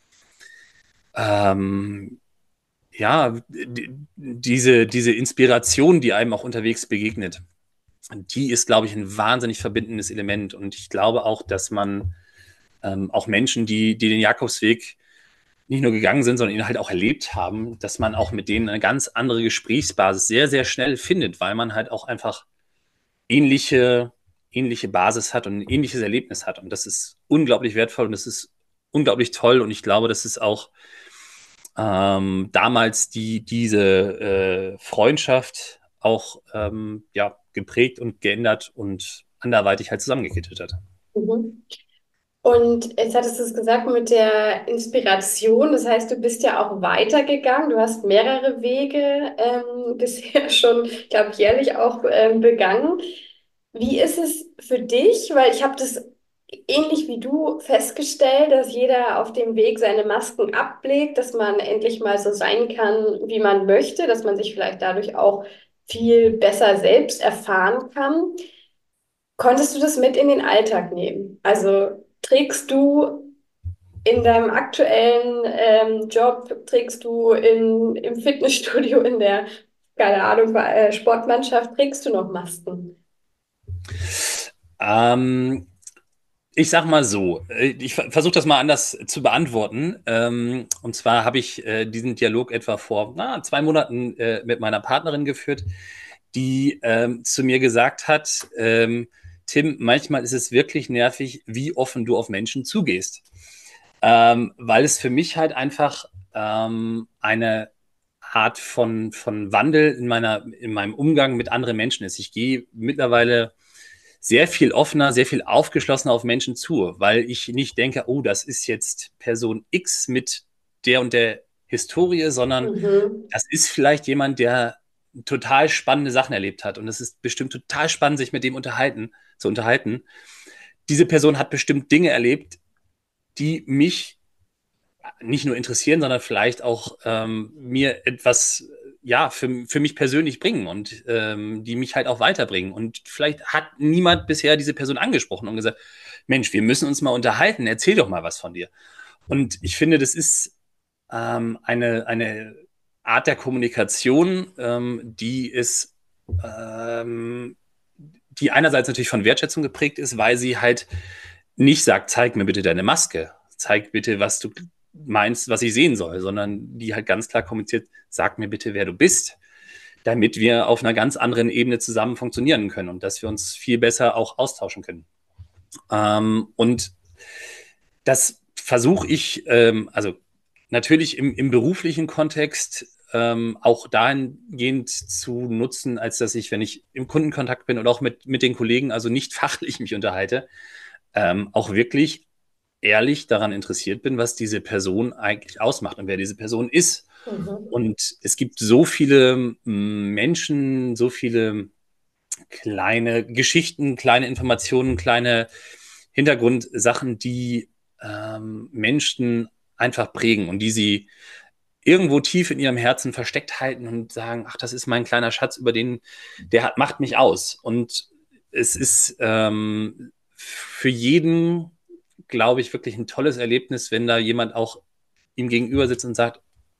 ähm, ja, die, diese, diese Inspiration, die einem auch unterwegs begegnet, die ist, glaube ich, ein wahnsinnig verbindendes Element. Und ich glaube auch, dass man ähm, auch Menschen, die, die den Jakobsweg nicht nur gegangen sind, sondern ihn halt auch erlebt haben, dass man auch mit denen eine ganz andere Gesprächsbasis sehr, sehr schnell findet, weil man halt auch einfach ähnliche, ähnliche Basis hat und ein ähnliches Erlebnis hat. Und das ist unglaublich wertvoll und das ist unglaublich toll. Und ich glaube, das ist auch ähm, damals die, diese äh, Freundschaft auch ähm, ja, geprägt und geändert und anderweitig halt zusammengekittet hat. Mhm. Und jetzt hattest du es gesagt mit der Inspiration. Das heißt, du bist ja auch weitergegangen. Du hast mehrere Wege ähm, bisher schon, ich glaube, jährlich auch ähm, begangen. Wie ist es für dich? Weil ich habe das ähnlich wie du festgestellt, dass jeder auf dem Weg seine Masken ablegt, dass man endlich mal so sein kann, wie man möchte, dass man sich vielleicht dadurch auch viel besser selbst erfahren kann. Konntest du das mit in den Alltag nehmen? Also trägst du in deinem aktuellen ähm, Job, trägst du in, im Fitnessstudio, in der, keine Ahnung, äh, Sportmannschaft, trägst du noch Masken? Ähm, Ich sag mal so, äh, ich versuche das mal anders zu beantworten. Ähm, und zwar habe ich äh, diesen Dialog etwa vor na, zwei Monaten äh, mit meiner Partnerin geführt, die ähm, zu mir gesagt hat, ähm, Tim, manchmal ist es wirklich nervig, wie offen du auf Menschen zugehst. Ähm, weil es für mich halt einfach ähm, eine Art von, von Wandel in meiner, in meinem Umgang mit anderen Menschen ist. Ich gehe mittlerweile sehr viel offener, sehr viel aufgeschlossener auf Menschen zu, weil ich nicht denke, oh, das ist jetzt Person X mit der und der Historie, sondern Mhm. das ist vielleicht jemand, der total spannende Sachen erlebt hat. Und es ist bestimmt total spannend, sich mit dem unterhalten, zu unterhalten. Diese Person hat bestimmt Dinge erlebt, die mich nicht nur interessieren, sondern vielleicht auch ähm, mir etwas, ja, für, für mich persönlich bringen und ähm, die mich halt auch weiterbringen. Und vielleicht hat niemand bisher diese Person angesprochen und gesagt, Mensch, wir müssen uns mal unterhalten, erzähl doch mal was von dir. Und ich finde, das ist ähm, eine, eine Art der Kommunikation, ähm, die ist, ähm, die einerseits natürlich von Wertschätzung geprägt ist, weil sie halt nicht sagt, zeig mir bitte deine Maske, zeig bitte, was du meinst, was ich sehen soll, sondern die halt ganz klar kommuniziert, sag mir bitte, wer du bist, damit wir auf einer ganz anderen Ebene zusammen funktionieren können und dass wir uns viel besser auch austauschen können. Ähm, und das versuche ich, ähm, also natürlich im, im beruflichen Kontext ähm, auch dahingehend zu nutzen, als dass ich, wenn ich im Kundenkontakt bin und auch mit, mit den Kollegen, also nicht fachlich mich unterhalte, ähm, auch wirklich ehrlich daran interessiert bin, was diese Person eigentlich ausmacht und wer diese Person ist. Mhm. Und es gibt so viele mm, Menschen, so viele kleine Geschichten, kleine Informationen, kleine Hintergrundsachen, die ähm, Menschen einfach prägen und die sie irgendwo tief in ihrem Herzen versteckt halten und sagen, ach, das ist mein kleiner Schatz, über den, der hat, macht mich aus. Und es ist ähm, für jeden, glaube ich, wirklich ein tolles Erlebnis, wenn da jemand auch ihm gegenüber sitzt und sagt,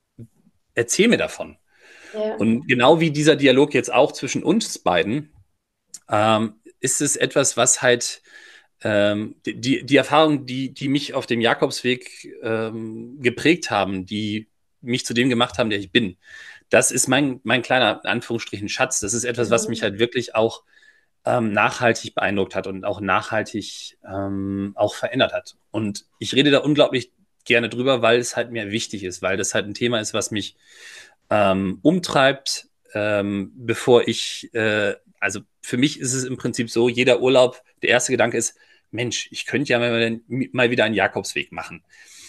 erzähl mir davon. Ja. Und genau wie dieser Dialog jetzt auch zwischen uns beiden, ähm, ist es etwas, was halt ähm, die, die Erfahrungen, die, die mich auf dem Jakobsweg ähm, geprägt haben, die mich zu dem gemacht haben, der ich bin. Das ist mein, mein kleiner, in Anführungsstrichen, Schatz. Das ist etwas, was mich Mhm. halt wirklich auch ähm, nachhaltig beeindruckt hat und auch nachhaltig ähm, auch verändert hat. Und ich rede da unglaublich gerne drüber, weil es halt mir wichtig ist, weil das halt ein Thema ist, was mich ähm, umtreibt, ähm, bevor ich, äh, also für mich ist es im Prinzip so, jeder Urlaub, der erste Gedanke ist, Mensch, ich könnte ja mal, mal wieder einen Jakobsweg machen.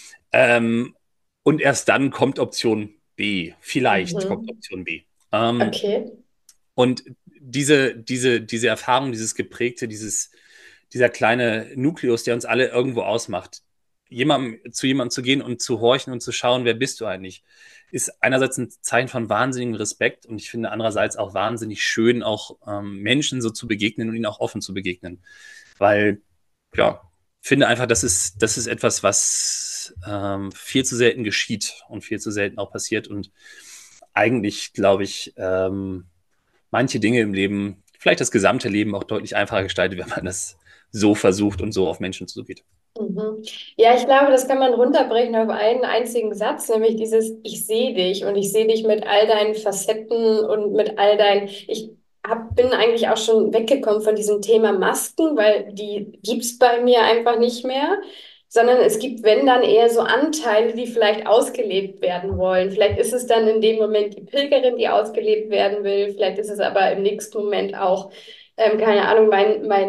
Ähm, und erst dann kommt Option B. Vielleicht kommt Mhm. Option B. Ähm, Okay. und diese, diese, diese Erfahrung, dieses geprägte, dieses, dieser kleine Nukleus, der uns alle irgendwo ausmacht, jemandem, zu jemandem zu gehen und zu horchen und zu schauen, wer bist du eigentlich, ist einerseits ein Zeichen von wahnsinnigem Respekt und ich finde andererseits auch wahnsinnig schön, auch ähm, Menschen so zu begegnen und ihnen auch offen zu begegnen. Weil, ja, finde einfach, das ist, das ist etwas, was ähm, viel zu selten geschieht und viel zu selten auch passiert und eigentlich, glaube ich, ähm, manche Dinge im Leben, vielleicht das gesamte Leben auch deutlich einfacher gestaltet, wenn man das so versucht und so auf Menschen zugeht. Mhm. Ja, ich glaube, das kann man runterbrechen auf einen einzigen Satz, nämlich dieses Ich sehe dich und ich sehe dich mit all deinen Facetten und mit all deinen. Ich hab, bin eigentlich auch schon weggekommen von diesem Thema Masken, weil die gibt's bei mir einfach nicht mehr, sondern es gibt, wenn dann eher so Anteile, die vielleicht ausgelebt werden wollen. Vielleicht ist es dann in dem Moment die Pilgerin, die ausgelebt werden will, vielleicht ist es aber im nächsten Moment auch, ähm, keine Ahnung, mein, mein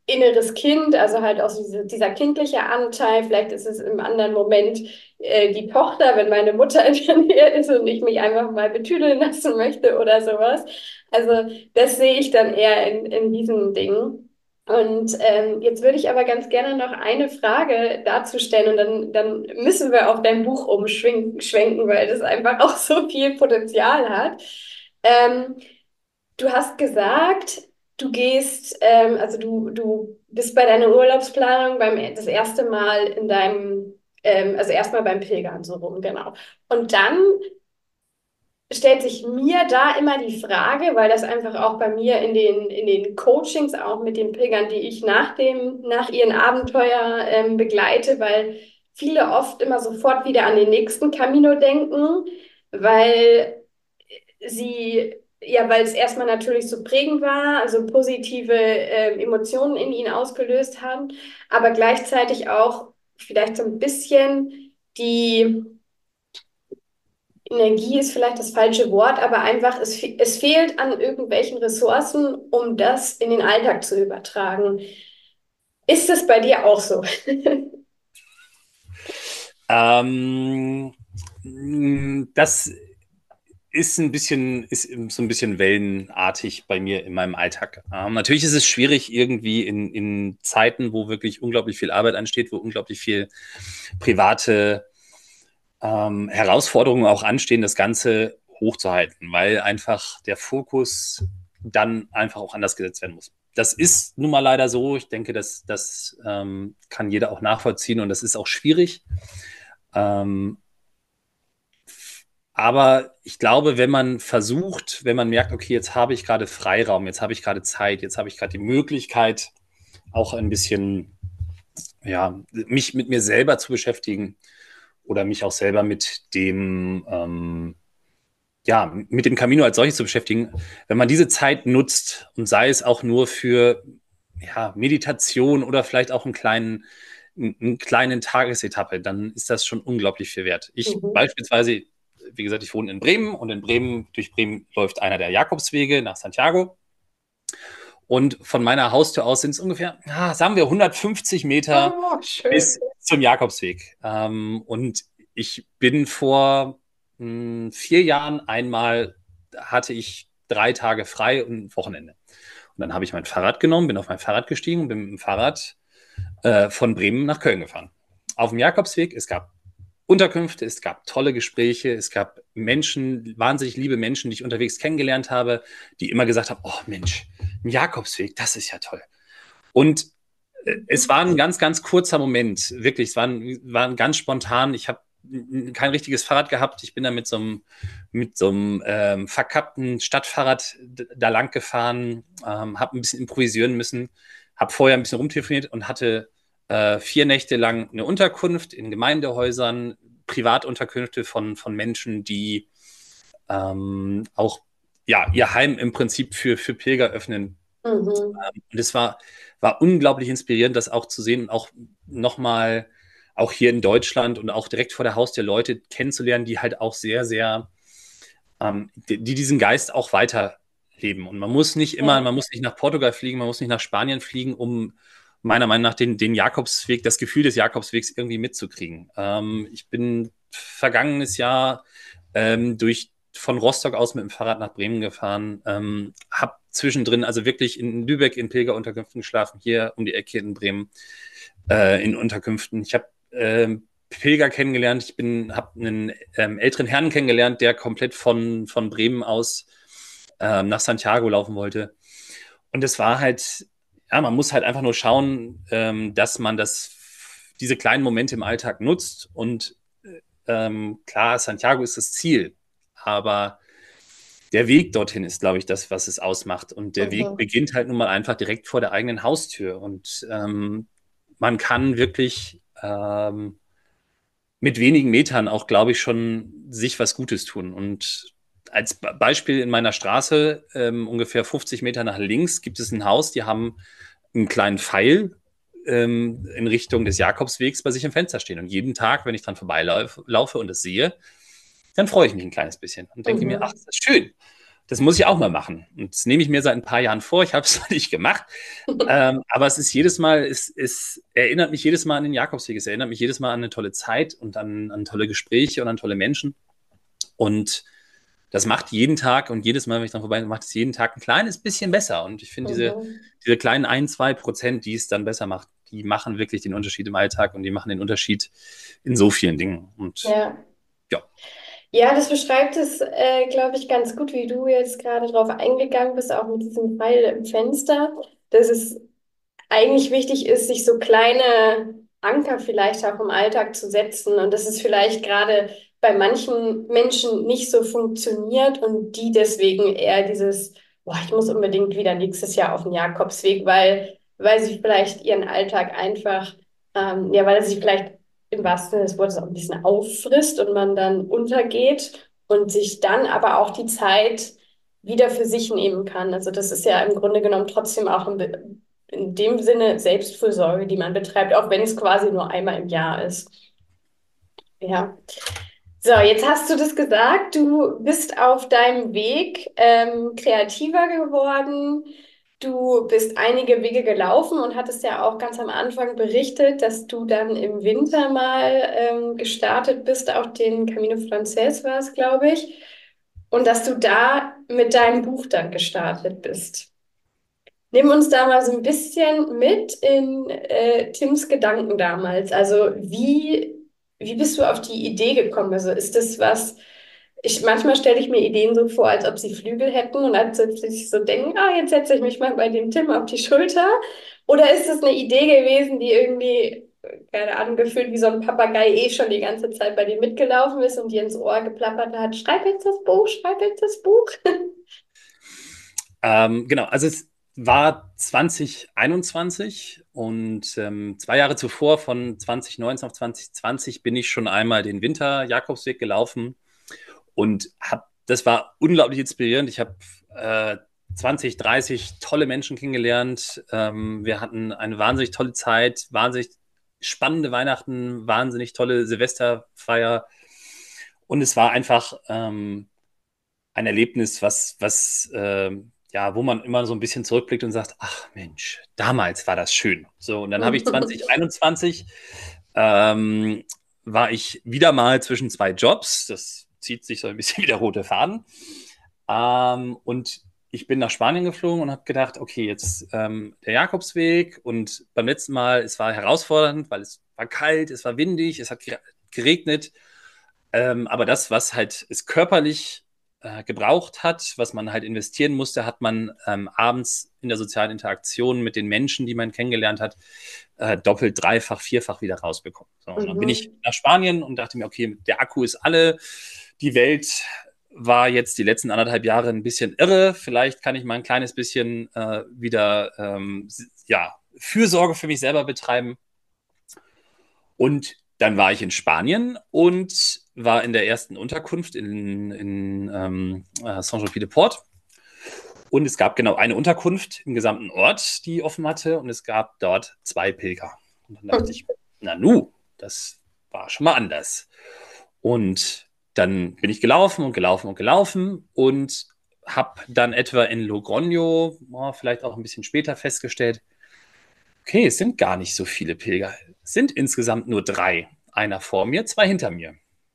inneres Kind, also halt auch so diese, dieser kindliche Anteil. Vielleicht ist es im anderen Moment äh, die Tochter, wenn meine Mutter in der Nähe ist und ich mich einfach mal betüdeln lassen möchte oder sowas. Also das sehe ich dann eher in, in diesen Dingen. Und ähm, jetzt würde ich aber ganz gerne noch eine Frage dazu stellen und dann, dann müssen wir auf dein Buch umschwenken, schwenken, weil das einfach auch so viel Potenzial hat. Ähm, Du hast gesagt, du gehst, ähm, also du, du bist bei deiner Urlaubsplanung beim das erste Mal in deinem, ähm, also erstmal beim Pilgern so rum, genau. Und dann stellt sich mir da immer die Frage, weil das einfach auch bei mir in den, in den Coachings, auch mit den Pilgern, die ich nach dem, nach ihren Abenteuer ähm, begleite, weil viele oft immer sofort wieder an den nächsten Camino denken, weil sie, ja, weil es erstmal natürlich so prägend war, also positive ähm, Emotionen in ihnen ausgelöst haben, aber gleichzeitig auch vielleicht so ein bisschen die Energie ist vielleicht das falsche Wort, aber einfach, es, fe- es fehlt an irgendwelchen Ressourcen, um das in den Alltag zu übertragen. Ist es bei dir auch so? Ähm, das ist ein bisschen, ist so ein bisschen wellenartig bei mir in meinem Alltag. Ähm, natürlich ist es schwierig, irgendwie in, in Zeiten, wo wirklich unglaublich viel Arbeit ansteht, wo unglaublich viel private ähm, Herausforderungen auch anstehen, das Ganze hochzuhalten, weil einfach der Fokus dann einfach auch anders gesetzt werden muss. Das ist nun mal leider so. Ich denke, das, das ähm, kann jeder auch nachvollziehen und das ist auch schwierig. Ähm, aber ich glaube, wenn man versucht, wenn man merkt, okay, jetzt habe ich gerade Freiraum, jetzt habe ich gerade Zeit, jetzt habe ich gerade die Möglichkeit, auch ein bisschen, ja, mich mit mir selber zu beschäftigen oder mich auch selber mit dem, ähm, ja, mit dem Camino als solches zu beschäftigen. Wenn man diese Zeit nutzt und sei es auch nur für, ja, Meditation oder vielleicht auch einen kleinen, einen kleinen Tagesetappe, dann ist das schon unglaublich viel wert. Ich Mhm. beispielsweise, wie gesagt, ich wohne in Bremen und in Bremen, durch Bremen läuft einer der Jakobswege nach Santiago. Und von meiner Haustür aus sind es ungefähr, ja, sagen wir, hundertfünfzig Meter Oh, schön. bis zum Jakobsweg. Ähm, und ich bin vor mh, vier Jahren einmal, hatte ich drei Tage frei und ein Wochenende. Und dann habe ich mein Fahrrad genommen, bin auf mein Fahrrad gestiegen und bin mit dem Fahrrad äh, von Bremen nach Köln gefahren. Auf dem Jakobsweg, es gab Unterkünfte, es gab tolle Gespräche, es gab Menschen, wahnsinnig liebe Menschen, die ich unterwegs kennengelernt habe, die immer gesagt haben, oh Mensch, ein Jakobsweg, das ist ja toll. Und äh, es war ein ganz, ganz kurzer Moment, wirklich, es war ein, war ein ganz spontan, ich habe kein richtiges Fahrrad gehabt, ich bin da mit so einem, mit so einem ähm, verkappten Stadtfahrrad da lang gefahren, ähm, habe ein bisschen improvisieren müssen, habe vorher ein bisschen rumtelefoniert und hatte äh, vier Nächte lang eine Unterkunft in Gemeindehäusern, Privatunterkünfte von, von Menschen, die ähm, auch ja, ihr Heim im Prinzip für, für Pilger öffnen. Mhm. Und es war, war unglaublich inspirierend, das auch zu sehen und auch nochmal, auch hier in Deutschland und auch direkt vor der Haustür Leute kennenzulernen, die halt auch sehr, sehr, ähm, die, die diesen Geist auch weiterleben. Und man muss nicht immer, Ja. man muss nicht nach Portugal fliegen, man muss nicht nach Spanien fliegen, um meiner Meinung nach den, den Jakobsweg, das Gefühl des Jakobswegs irgendwie mitzukriegen. Ähm, ich bin vergangenes Jahr ähm, durch von Rostock aus mit dem Fahrrad nach Bremen gefahren, ähm, habe zwischendrin also wirklich in Lübeck in Pilgerunterkünften geschlafen, hier um die Ecke in Bremen äh, in Unterkünften. Ich habe ähm, Pilger kennengelernt, ich bin, habe einen ähm, älteren Herrn kennengelernt, der komplett von, von Bremen aus ähm, nach Santiago laufen wollte. Und es war halt, ja, man muss halt einfach nur schauen, ähm, dass man das, diese kleinen Momente im Alltag nutzt. Und ähm, klar, Santiago ist das Ziel, aber der Weg dorthin ist, glaube ich, das, was es ausmacht. Und der Weg Mhm. beginnt halt nun mal einfach direkt vor der eigenen Haustür. Und ähm, man kann wirklich ähm, mit wenigen Metern auch, glaube ich, schon sich was Gutes tun. Und als Beispiel in meiner Straße, ähm, ungefähr fünfzig Meter nach links, gibt es ein Haus, die haben einen kleinen Pfeil ähm, in Richtung des Jakobswegs bei sich im Fenster stehen. Und jeden Tag, wenn ich dran vorbeilaufe laufe und es sehe, dann freue ich mich ein kleines bisschen und denke mir, ach, Mhm. ist das schön. das muss ich auch mal machen. Und das nehme ich mir seit ein paar Jahren vor. Ich habe es noch nicht gemacht. ähm, aber es ist jedes Mal, es, es erinnert mich jedes Mal an den Jakobsweg. Es erinnert mich jedes Mal an eine tolle Zeit und an, an tolle Gespräche und an tolle Menschen. Und das macht jeden Tag und jedes Mal, wenn ich dann vorbei macht es jeden Tag ein kleines bisschen besser. Und ich finde, mhm. diese, diese kleinen ein, zwei Prozent, die es dann besser macht, die machen wirklich den Unterschied im Alltag und die machen den Unterschied in so vielen Dingen. Und ja. ja. Ja, das beschreibt es, äh, glaube ich, ganz gut, wie du jetzt gerade drauf eingegangen bist, auch mit diesem Pfeil im Fenster, dass es eigentlich wichtig ist, sich so kleine Anker vielleicht auch im Alltag zu setzen und dass es vielleicht gerade bei manchen Menschen nicht so funktioniert und die deswegen eher dieses, boah, ich muss unbedingt wieder nächstes Jahr auf den Jakobsweg, weil, weil sie vielleicht ihren Alltag einfach, ähm, ja, weil er sich vielleicht im wahrsten Sinne des Wortes auch ein bisschen auffrisst und man dann untergeht und sich dann aber auch die Zeit wieder für sich nehmen kann. Also das ist ja im Grunde genommen trotzdem auch ein, in dem Sinne Selbstfürsorge, die man betreibt, auch wenn es quasi nur einmal im Jahr ist. Ja. So, jetzt hast du das gesagt, du bist auf deinem Weg ähm, kreativer geworden. Du bist einige Wege gelaufen und hattest ja auch ganz am Anfang berichtet, dass du dann im Winter mal ähm, gestartet bist, auch den Camino Frances war es, glaube ich, und dass du da mit deinem Buch dann gestartet bist. Nimm uns da mal so ein bisschen mit in äh, Tims Gedanken damals. Also wie, wie bist du auf die Idee gekommen? Also ist das was, ich, manchmal stelle ich mir Ideen so vor, als ob sie Flügel hätten und als ob sie sich so denken, ah, jetzt setze ich mich mal bei dem Tim auf die Schulter. Oder ist das eine Idee gewesen, die irgendwie, keine Ahnung, gefühlt wie so ein Papagei eh schon die ganze Zeit bei dir mitgelaufen ist und dir ins Ohr geplappert hat, schreib jetzt das Buch, schreib jetzt das Buch. ähm, genau, also es war zwanzig einundzwanzig und ähm, zwei Jahre zuvor, von zwanzig neunzehn auf zwanzig zwanzig, bin ich schon einmal den Winter-Jakobsweg gelaufen und hab, das war unglaublich inspirierend. Ich habe äh, zwanzig, dreißig tolle Menschen kennengelernt. Ähm, wir hatten eine wahnsinnig tolle Zeit, wahnsinnig spannende Weihnachten, wahnsinnig tolle Silvesterfeier und es war einfach ähm, ein Erlebnis, was, was ähm, ja, wo man immer so ein bisschen zurückblickt und sagt, ach Mensch, damals war das schön. So, und dann habe ich zwanzig einundzwanzig, ähm, war ich wieder mal zwischen zwei Jobs. Das zieht sich so ein bisschen wie der rote Faden. Ähm, und ich bin nach Spanien geflogen und habe gedacht, okay, jetzt ähm, der Jakobsweg. Und beim letzten Mal, es war herausfordernd, weil es war kalt, es war windig, es hat geregnet. Ähm, aber das, was halt es körperlich gebraucht hat, was man halt investieren musste, hat man ähm, abends in der sozialen Interaktion mit den Menschen, die man kennengelernt hat, äh, doppelt, dreifach, vierfach wieder rausbekommen. So, und dann bin ich nach Spanien und dachte mir, okay, der Akku ist alle, die Welt war jetzt die letzten anderthalb Jahre ein bisschen irre, vielleicht kann ich mal ein kleines bisschen äh, wieder ähm, ja, Fürsorge für mich selber betreiben. Und dann war ich in Spanien und war in der ersten Unterkunft in, in ähm, Saint-Jean-Pied-de-Port. Und es gab genau eine Unterkunft im gesamten Ort, die offen hatte. Und es gab dort zwei Pilger. Und dann dachte ich, na nu, das war schon mal anders. Und dann bin ich gelaufen und gelaufen und gelaufen und habe dann etwa in Logroño, oh, vielleicht auch ein bisschen später, festgestellt, okay, es sind gar nicht so viele Pilger. Es sind insgesamt nur drei. Einer vor mir, zwei hinter mir.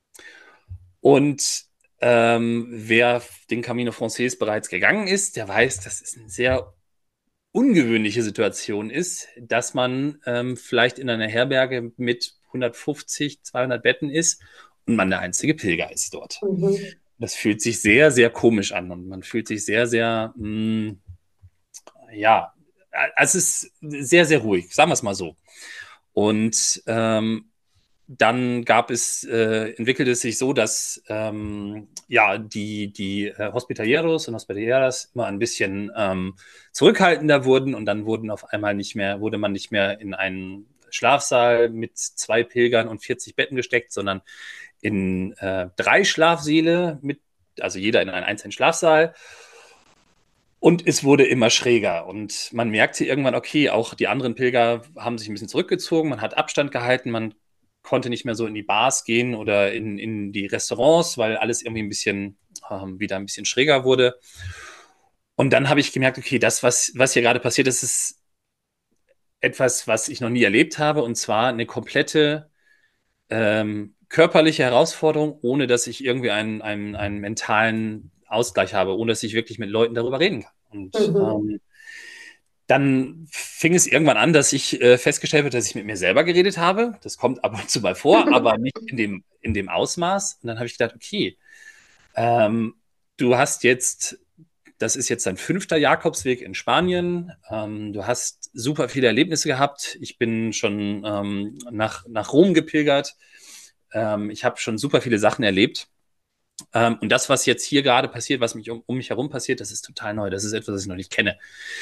Und ähm, wer den Camino Frances bereits gegangen ist, der weiß, dass es eine sehr ungewöhnliche Situation ist, dass man ähm, vielleicht in einer Herberge mit hundertfünfzig, zweihundert Betten ist und man der einzige Pilger ist dort. Mhm. Das fühlt sich sehr, sehr komisch an und man fühlt sich sehr, sehr, mh, ja, es ist sehr, sehr ruhig, sagen wir es mal so. Und ähm, dann gab es, äh, entwickelte es sich so, dass ähm, ja, die, die äh, Hospitalieros und Hospitalieras immer ein bisschen ähm, zurückhaltender wurden und dann wurden auf einmal nicht mehr, wurde man nicht mehr in einen Schlafsaal mit zwei Pilgern und vierzig Betten gesteckt, sondern in äh, drei Schlafsäle mit, also jeder in einen einzelnen Schlafsaal. Und es wurde immer schräger und man merkte irgendwann, okay, auch die anderen Pilger haben sich ein bisschen zurückgezogen, man hat Abstand gehalten, man konnte nicht mehr so in die Bars gehen oder in, in die Restaurants, weil alles irgendwie ein bisschen ähm, wieder ein bisschen schräger wurde. Und dann habe ich gemerkt, okay, das, was, was hier gerade passiert ist, ist etwas, was ich noch nie erlebt habe, und zwar eine komplette ähm, körperliche Herausforderung, ohne dass ich irgendwie einen, einen, einen mentalen Ausgleich habe, ohne dass ich wirklich mit Leuten darüber reden kann. Und Mhm. ähm, dann fing es irgendwann an, dass ich äh, festgestellt habe, dass ich mit mir selber geredet habe. Das kommt ab und zu mal vor, aber nicht in dem, in dem Ausmaß. Und dann habe ich gedacht, okay, ähm, du hast jetzt, das ist jetzt dein fünfter Jakobsweg in Spanien. Ähm, du hast super viele Erlebnisse gehabt. Ich bin schon ähm, nach, nach Rom gepilgert. Ähm, ich habe schon super viele Sachen erlebt. Ähm, und das, was jetzt hier gerade passiert, was mich um, um mich herum passiert, das ist total neu. Das ist etwas, das ich noch nicht kenne.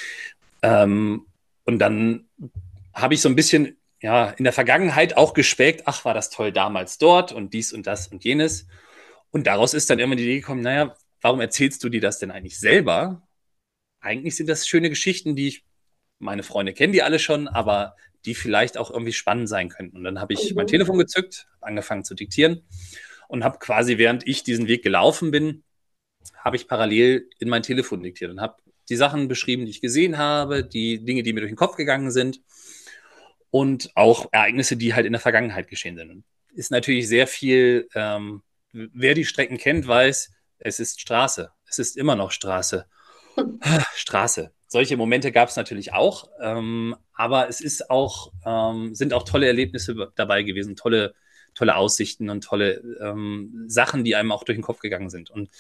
Ähm, und dann habe ich so ein bisschen ja, in der Vergangenheit auch gespägt, ach, war das toll damals dort und dies und das und jenes. Und daraus ist dann immer die Idee gekommen, naja, warum erzählst du dir das denn eigentlich selber? Eigentlich sind das schöne Geschichten, die ich, meine Freunde kennen die alle schon, aber die vielleicht auch irgendwie spannend sein könnten. Und dann habe ich mein Mhm. Telefon gezückt, habe angefangen zu diktieren und habe quasi, während ich diesen Weg gelaufen bin, habe ich parallel in mein Telefon diktiert und habe die Sachen beschrieben, die ich gesehen habe, die Dinge, die mir durch den Kopf gegangen sind und auch Ereignisse, die halt in der Vergangenheit geschehen sind. Und ist natürlich sehr viel, ähm, wer die Strecken kennt, weiß, es ist Straße. Es ist immer noch Straße. Straße. Solche Momente gab es natürlich auch, ähm, aber es ist auch, ähm, sind auch tolle Erlebnisse dabei gewesen, tolle, tolle Aussichten und tolle ähm, Sachen, die einem auch durch den Kopf gegangen sind. Und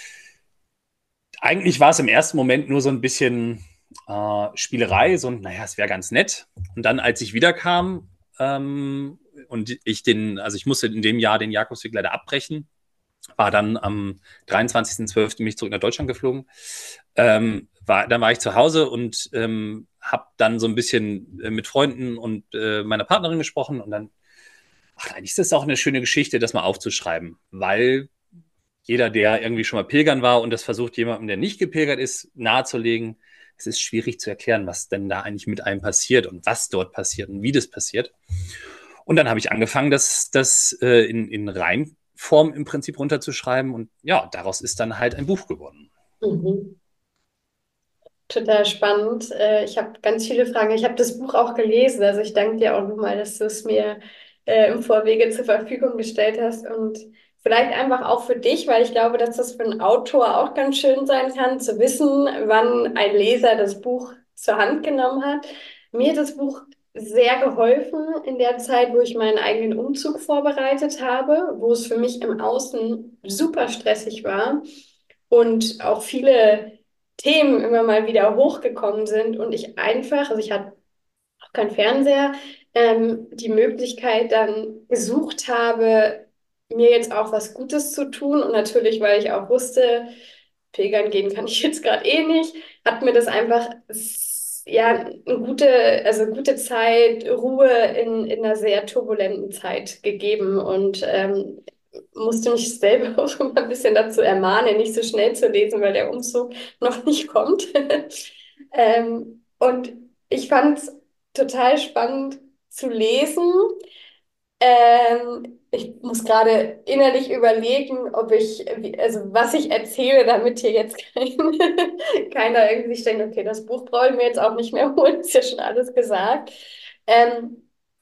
eigentlich war es im ersten Moment nur so ein bisschen äh, Spielerei, so ein, naja, es wäre ganz nett. Und dann, als ich wiederkam ähm, und ich den, also ich musste in dem Jahr den Jakobsweg leider abbrechen, war dann am dreiundzwanzigsten zwölften mich zurück nach Deutschland geflogen. Ähm, war, dann war ich zu Hause und ähm, habe dann so ein bisschen äh, mit Freunden und äh, meiner Partnerin gesprochen und dann, ach, eigentlich ist das auch eine schöne Geschichte, das mal aufzuschreiben, weil jeder, der irgendwie schon mal pilgern war und das versucht, jemandem, der nicht gepilgert ist, nahezulegen, es ist schwierig zu erklären, was denn da eigentlich mit einem passiert und was dort passiert und wie das passiert. Und dann habe ich angefangen, das, das äh, in, in Reimform im Prinzip runterzuschreiben. Und ja, daraus ist dann halt ein Buch geworden. Mhm. Total spannend. Äh, Ich habe ganz viele Fragen. Ich habe das Buch auch gelesen. Also ich danke dir auch nochmal, dass du es mir äh, im Vorwege zur Verfügung gestellt hast. Und vielleicht einfach auch für dich, weil ich glaube, dass das für einen Autor auch ganz schön sein kann, zu wissen, wann ein Leser das Buch zur Hand genommen hat. Mir hat das Buch sehr geholfen in der Zeit, wo ich meinen eigenen Umzug vorbereitet habe, wo es für mich im Außen super stressig war und auch viele Themen immer mal wieder hochgekommen sind und ich einfach, also ich hatte auch keinen Fernseher, ähm, die Möglichkeit dann gesucht habe, mir jetzt auch was Gutes zu tun und natürlich, weil ich auch wusste, pilgern gehen kann ich jetzt gerade eh nicht, hat mir das einfach s- ja eine gute, also gute Zeit, Ruhe in, in einer sehr turbulenten Zeit gegeben und ähm, musste mich selber auch immer ein bisschen dazu ermahnen, nicht so schnell zu lesen, weil der Umzug noch nicht kommt. Ähm, und ich fand es total spannend zu lesen. Ähm, ich muss gerade innerlich überlegen, ob ich, wie- also was ich erzähle, damit hier jetzt kein, keiner irgendwie sich denkt, okay, das Buch brauche ich mir jetzt auch nicht mehr holen, ist ja schon alles gesagt. Ähm,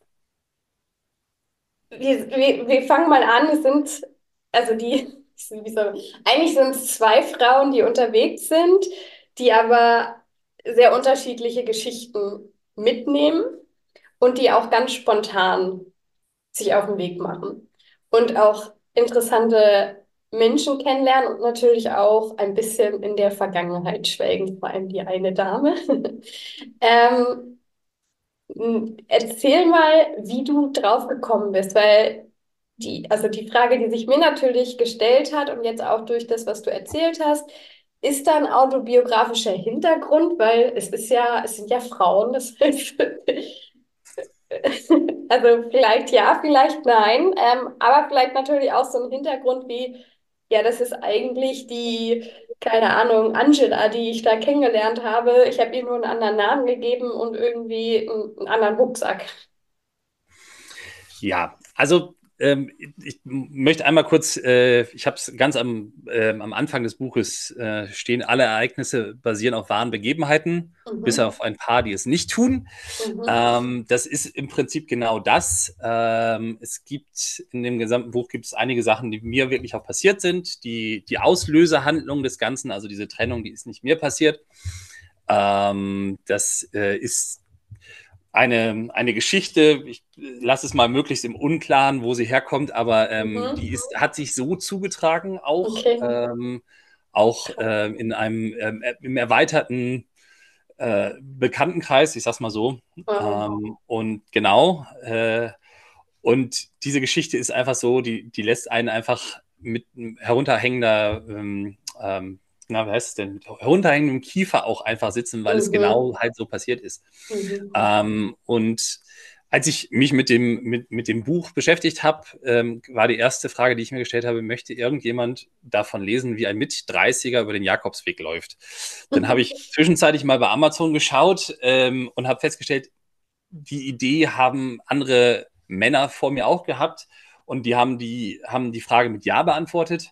wir, wir, wir fangen mal an. Es sind, also die, wie soll, eigentlich sind es zwei Frauen, die unterwegs sind, die aber sehr unterschiedliche Geschichten mitnehmen und die auch ganz spontan sich auf den Weg machen. Und auch interessante Menschen kennenlernen und natürlich auch ein bisschen in der Vergangenheit schwelgen, vor allem die eine Dame. Ähm, Erzähl mal, wie du drauf gekommen bist, weil die, also die Frage, die sich mir natürlich gestellt hat und jetzt auch durch das, was du erzählt hast, ist da ein autobiografischer Hintergrund, weil es ist ja, es sind ja Frauen, das heißt, also vielleicht ja, vielleicht nein, ähm, aber vielleicht natürlich auch so ein Hintergrund wie, ja, das ist eigentlich die, keine Ahnung, Angela, die ich da kennengelernt habe. Ich habe ihr nur einen anderen Namen gegeben und irgendwie einen, einen anderen Rucksack. Ja, also ähm, ich möchte einmal kurz, äh, ich habe es ganz am, äh, am Anfang des Buches äh, stehen, alle Ereignisse basieren auf wahren Begebenheiten, bis Mhm. auf ein paar, die es nicht tun. Mhm. Ähm, das ist im Prinzip genau das. Ähm, es gibt in dem gesamten Buch gibt es einige Sachen, die mir wirklich auch passiert sind. Die, die Auslösehandlung des Ganzen, also diese Trennung, die ist nicht mir passiert. Ähm, das äh, ist eine, eine Geschichte, ich lasse es mal möglichst im Unklaren, wo sie herkommt, aber ähm, Mhm. die ist, hat sich so zugetragen, auch, Okay. ähm, auch ähm, in einem ähm, im erweiterten äh, Bekanntenkreis, ich sag's mal so. Wow. Ähm, und genau, äh, und diese Geschichte ist einfach so, die, die lässt einen einfach mit herunterhängender, ähm, ähm, na, wie heißt es denn, mit herunterhängendem Kiefer auch einfach sitzen, weil es Mhm. genau halt so passiert ist. Mhm. Ähm, und als ich mich mit dem, mit, mit dem Buch beschäftigt habe, ähm, war die erste Frage, die ich mir gestellt habe, möchte irgendjemand davon lesen, wie ein Mit-dreißiger über den Jakobsweg läuft? Dann habe ich zwischenzeitlich mal bei Amazon geschaut ähm, und habe festgestellt, die Idee haben andere Männer vor mir auch gehabt und die haben die, haben die Frage mit Ja beantwortet.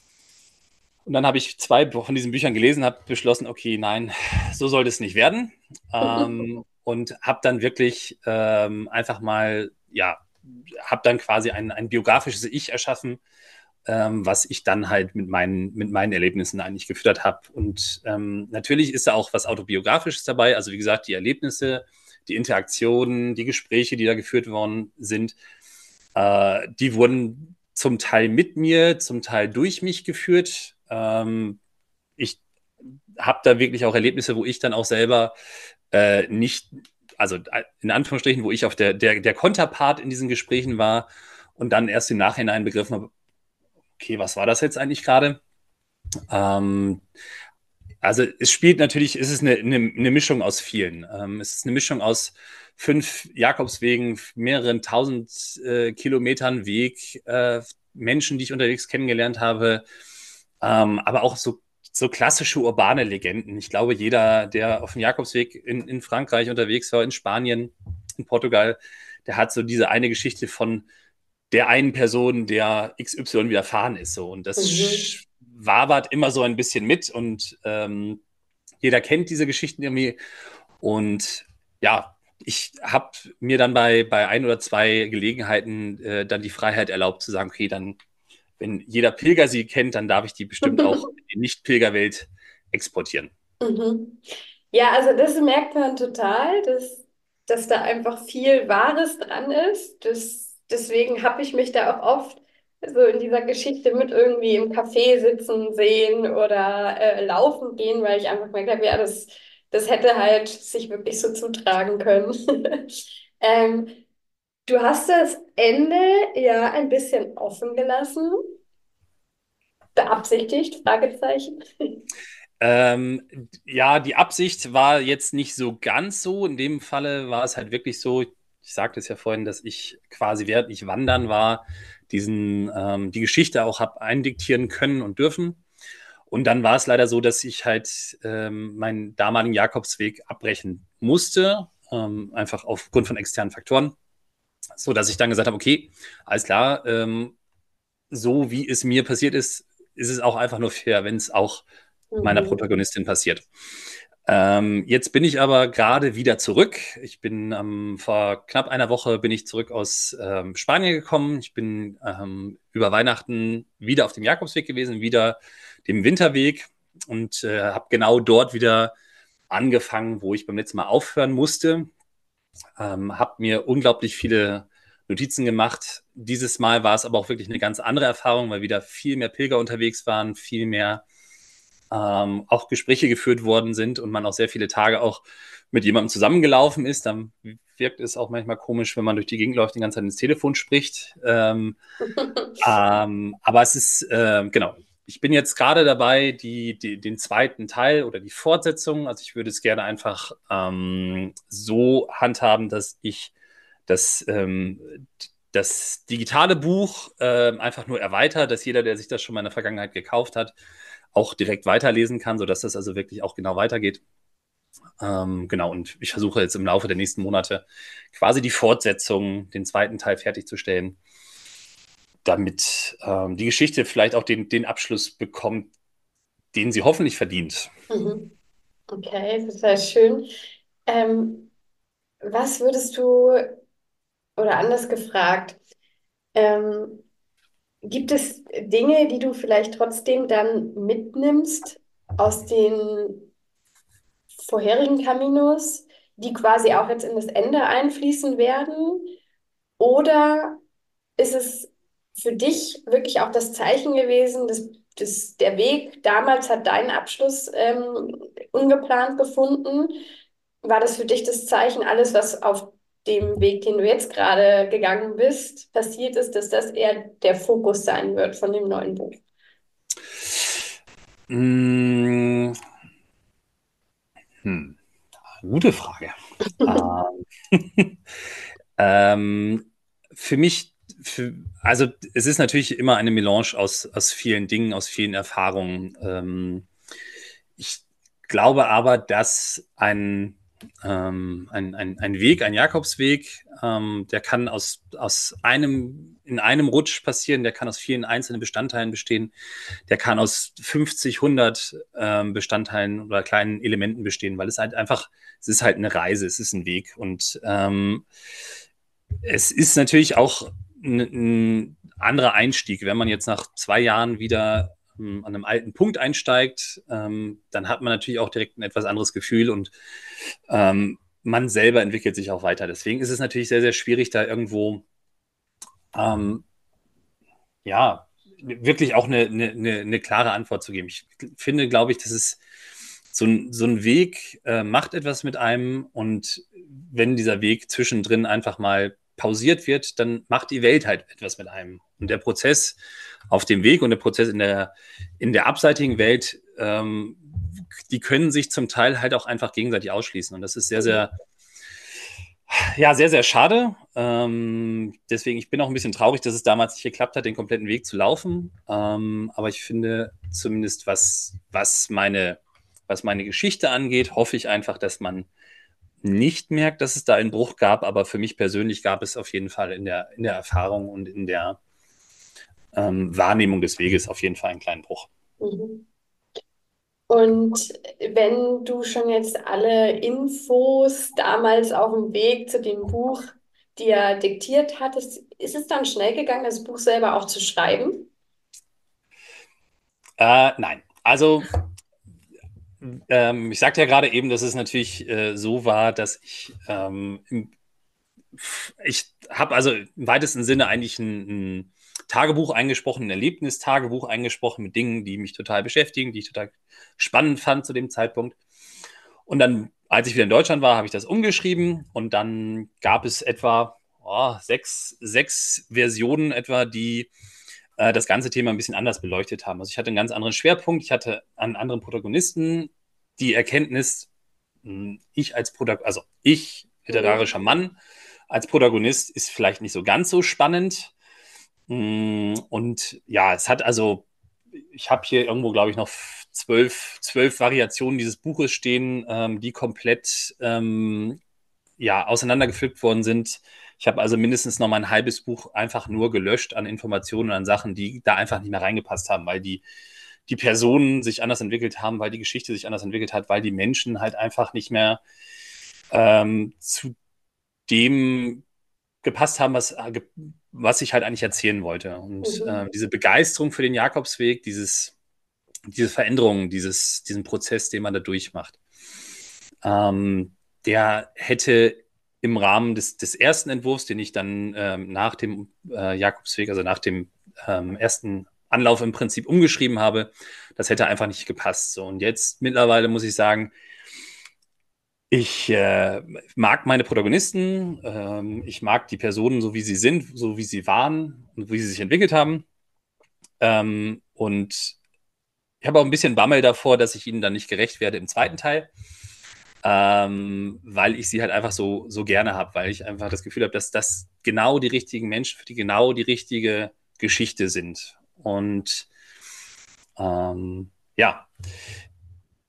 Und dann habe ich zwei von diesen Büchern gelesen, habe beschlossen, okay, nein, so soll das nicht werden. Ähm, und habe dann wirklich ähm, einfach mal, ja, habe dann quasi ein, ein biografisches Ich erschaffen, ähm, was ich dann halt mit meinen, mit meinen Erlebnissen eigentlich gefüttert habe. Und ähm, natürlich ist da auch was Autobiografisches dabei. Also wie gesagt, die Erlebnisse, die Interaktionen, die Gespräche, die da geführt worden sind, äh, die wurden zum Teil mit mir, zum Teil durch mich geführt. Ähm, ich habe da wirklich auch Erlebnisse, wo ich dann auch selber äh, nicht, also in Anführungsstrichen, wo ich auf der, der, der Konterpart in diesen Gesprächen war und dann erst im Nachhinein begriffen habe, okay, was war das jetzt eigentlich gerade? Ähm, also es spielt natürlich, es ist eine, eine, eine Mischung aus vielen. Ähm, es ist eine Mischung aus fünf Jakobswegen, mehreren tausend äh, Kilometern Weg, äh, Menschen, die ich unterwegs kennengelernt habe, ähm, aber auch so, so klassische urbane Legenden. Ich glaube, jeder, der auf dem Jakobsweg in, in Frankreich unterwegs war, in Spanien, in Portugal, der hat so diese eine Geschichte von der einen Person, der X Y widerfahren ist. So. Und Mhm. das wabert immer so ein bisschen mit und ähm, jeder kennt diese Geschichten irgendwie. Und ja, ich habe mir dann bei, bei ein oder zwei Gelegenheiten äh, dann die Freiheit erlaubt zu sagen, okay, dann, wenn jeder Pilger sie kennt, dann darf ich die bestimmt auch in die Nicht-Pilgerwelt exportieren. Mhm. Ja, also das merkt man total, dass, dass da einfach viel Wahres dran ist. Das, deswegen habe ich mich da auch oft so in dieser Geschichte mit irgendwie im Café sitzen sehen oder äh, laufen gehen, weil ich einfach gemerkt habe, ja, das, das hätte halt sich wirklich so zutragen können. Ähm, du hast das Ende ja ein bisschen offen gelassen, beabsichtigt, Fragezeichen. Ähm, ja, die Absicht war jetzt nicht so ganz so. In dem Falle war es halt wirklich so, ich sagte es ja vorhin, dass ich quasi, während ich wandern war, diesen, ähm, die Geschichte auch habe eindiktieren können und dürfen. Und dann war es leider so, dass ich halt ähm, meinen damaligen Jakobsweg abbrechen musste, ähm, einfach aufgrund von externen Faktoren, so dass ich dann gesagt habe, okay, alles klar, ähm, so wie es mir passiert ist, ist es auch einfach nur fair, wenn es auch meiner Mhm. Protagonistin passiert. Ähm, jetzt bin ich aber gerade wieder zurück. Ich bin ähm, vor knapp einer Woche bin ich zurück aus ähm, Spanien gekommen. Ich bin ähm, über Weihnachten wieder auf dem Jakobsweg gewesen, wieder dem Winterweg und äh, habe genau dort wieder angefangen, wo ich beim letzten Mal aufhören musste. Ähm, habe mir unglaublich viele Notizen gemacht. Dieses Mal war es aber auch wirklich eine ganz andere Erfahrung, weil wieder viel mehr Pilger unterwegs waren, viel mehr ähm, auch Gespräche geführt worden sind und man auch sehr viele Tage auch mit jemandem zusammengelaufen ist. Dann wirkt es auch manchmal komisch, wenn man durch die Gegend läuft, die ganze Zeit ins Telefon spricht. Ähm, ähm, aber es ist, äh, genau, ich bin jetzt gerade dabei, die, die, den zweiten Teil oder die Fortsetzung, also ich würde es gerne einfach ähm, so handhaben, dass ich das, ähm, das digitale Buch äh, einfach nur erweitere, dass jeder, der sich das schon mal in der Vergangenheit gekauft hat, auch direkt weiterlesen kann, sodass das also wirklich auch genau weitergeht. Ähm, genau, und ich versuche jetzt im Laufe der nächsten Monate quasi die Fortsetzung, den zweiten Teil fertigzustellen, damit ähm, die Geschichte vielleicht auch den, den Abschluss bekommt, den sie hoffentlich verdient. Mhm. Okay, total schön. Ähm, was würdest du, oder anders gefragt, ähm, gibt es Dinge, die du vielleicht trotzdem dann mitnimmst aus den vorherigen Caminos, die quasi auch jetzt in das Ende einfließen werden? Oder ist es für dich wirklich auch das Zeichen gewesen, dass, dass der Weg damals hat deinen Abschluss ähm, ungeplant gefunden? War das für dich das Zeichen, alles, was auf dem Weg, den du jetzt gerade gegangen bist, passiert ist, dass das eher der Fokus sein wird von dem neuen Buch? Mm, hm, gute Frage. Ähm, ähm, für mich, für, also es ist natürlich immer eine Melange aus, aus vielen Dingen, aus vielen Erfahrungen. Ähm, ich glaube aber, dass ein, ähm, ein, ein, ein Weg, ein Jakobsweg, ähm, der kann aus, aus einem, in einem Rutsch passieren, der kann aus vielen einzelnen Bestandteilen bestehen, der kann aus fünfzig, hundert ähm, Bestandteilen oder kleinen Elementen bestehen, weil es halt einfach, es ist halt eine Reise, es ist ein Weg und ähm, es ist natürlich auch ein, ein anderer Einstieg. Wenn man jetzt nach zwei Jahren wieder ähm, an einem alten Punkt einsteigt, ähm, dann hat man natürlich auch direkt ein etwas anderes Gefühl und ähm, man selber entwickelt sich auch weiter. Deswegen ist es natürlich sehr, sehr schwierig, da irgendwo ähm, ja wirklich auch eine, eine, eine, eine klare Antwort zu geben. Ich finde, glaube ich, dass es so ein, so ein Weg äh, macht etwas mit einem und wenn dieser Weg zwischendrin einfach mal pausiert wird, dann macht die Welt halt etwas mit einem. Und der Prozess auf dem Weg und der Prozess in der, in der abseitigen Welt, ähm, die können sich zum Teil halt auch einfach gegenseitig ausschließen. Und das ist sehr, sehr, ja, sehr, sehr schade. Ähm, deswegen, ich bin auch ein bisschen traurig, dass es damals nicht geklappt hat, den kompletten Weg zu laufen. Ähm, aber ich finde, zumindest was, was meine, was meine Geschichte angeht, hoffe ich einfach, dass man nicht merkt, dass es da einen Bruch gab. Aber für mich persönlich gab es auf jeden Fall in der, in der Erfahrung und in der ähm, Wahrnehmung des Weges auf jeden Fall einen kleinen Bruch. Mhm. Und wenn du schon jetzt alle Infos damals auf dem Weg zu dem Buch dir diktiert hattest, ist es dann schnell gegangen, das Buch selber auch zu schreiben? Äh, nein, also ähm, ich sagte ja gerade eben, dass es natürlich äh, so war, dass ich ähm, im ich habe also im weitesten Sinne eigentlich ein, ein Tagebuch eingesprochen, ein Erlebnistagebuch eingesprochen mit Dingen, die mich total beschäftigen, die ich total spannend fand zu dem Zeitpunkt. Und dann, als ich wieder in Deutschland war, habe ich das umgeschrieben und dann gab es etwa oh, sechs, sechs Versionen etwa, die äh, das ganze Thema ein bisschen anders beleuchtet haben. Also ich hatte einen ganz anderen Schwerpunkt, ich hatte einen anderen Protagonisten, die Erkenntnis, ich als Protagonist, also ich, literarischer Mhm. Mann, als Protagonist ist vielleicht nicht so ganz so spannend. Und ja, es hat also, ich habe hier irgendwo, glaube ich, noch zwölf, zwölf Variationen dieses Buches stehen, ähm, die komplett ähm, ja, auseinandergepflückt worden sind. Ich habe also mindestens noch mal ein halbes Buch einfach nur gelöscht an Informationen und an Sachen, die da einfach nicht mehr reingepasst haben, weil die, die Personen sich anders entwickelt haben, weil die Geschichte sich anders entwickelt hat, weil die Menschen halt einfach nicht mehr ähm, zu dem gepasst haben, was, was ich halt eigentlich erzählen wollte. Und Mhm. äh, diese Begeisterung für den Jakobsweg, dieses, diese Veränderung, dieses, diesen Prozess, den man da durchmacht, ähm, der hätte im Rahmen des, des ersten Entwurfs, den ich dann ähm, nach dem äh, Jakobsweg, also nach dem ähm, ersten Anlauf im Prinzip umgeschrieben habe, das hätte einfach nicht gepasst. So, und jetzt mittlerweile muss ich sagen, ich äh, mag meine Protagonisten, ähm, ich mag die Personen so, wie sie sind, so wie sie waren und wie sie sich entwickelt haben. Ähm, und ich habe auch ein bisschen Bammel davor, dass ich ihnen dann nicht gerecht werde im zweiten Teil, ähm, weil ich sie halt einfach so, so gerne habe, weil ich einfach das Gefühl habe, dass das genau die richtigen Menschen für die genau die richtige Geschichte sind. Und ähm, ja,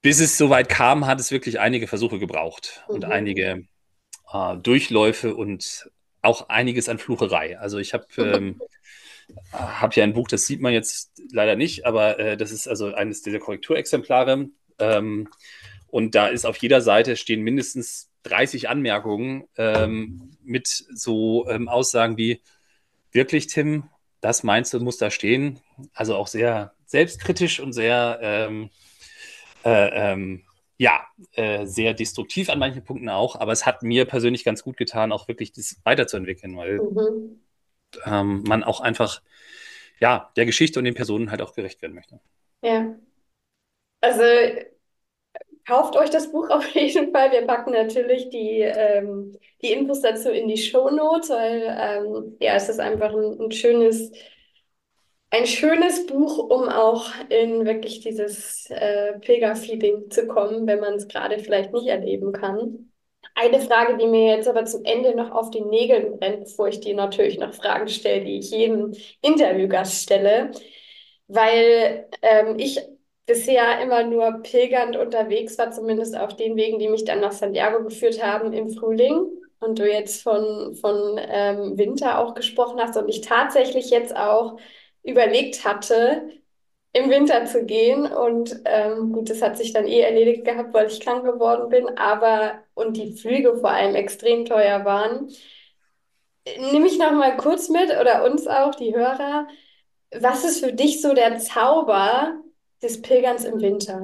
bis es soweit kam, hat es wirklich einige Versuche gebraucht und Mhm. einige äh, Durchläufe und auch einiges an Flucherei. Also ich habe ähm, hab ja ein Buch, das sieht man jetzt leider nicht, aber äh, das ist also eines dieser Korrekturexemplare. Ähm, und da ist auf jeder Seite stehen mindestens dreißig Anmerkungen ähm, mit so ähm, Aussagen wie, wirklich, Tim, das meinst du, muss da stehen? Also auch sehr selbstkritisch und sehr, ähm, äh, ähm, ja, äh, sehr destruktiv an manchen Punkten auch. Aber es hat mir persönlich ganz gut getan, auch wirklich das weiterzuentwickeln, weil Mhm. ähm, man auch einfach, ja, der Geschichte und den Personen halt auch gerecht werden möchte. Ja, also kauft euch das Buch auf jeden Fall. Wir packen natürlich die, ähm, die Infos dazu in die Shownotes, weil ähm, ja, es ist einfach ein, ein schönes, ein schönes Buch, um auch in wirklich dieses äh, Pilger-Feeling zu kommen, wenn man es gerade vielleicht nicht erleben kann. Eine Frage, die mir jetzt aber zum Ende noch auf den Nägeln brennt, bevor ich dir natürlich noch Fragen stelle, die ich jedem Interviewgast stelle, weil ähm, ich bisher immer nur pilgernd unterwegs war, zumindest auf den Wegen, die mich dann nach Santiago geführt haben im Frühling. Und du jetzt von, von ähm, Winter auch gesprochen hast und ich tatsächlich jetzt auch überlegt hatte, im Winter zu gehen. Und ähm, gut, das hat sich dann eh erledigt gehabt, weil ich krank geworden bin, aber und die Flüge vor allem extrem teuer waren. Nimm mich noch mal kurz mit oder uns auch, die Hörer. Was ist für dich so der Zauber des Pilgerns im Winter?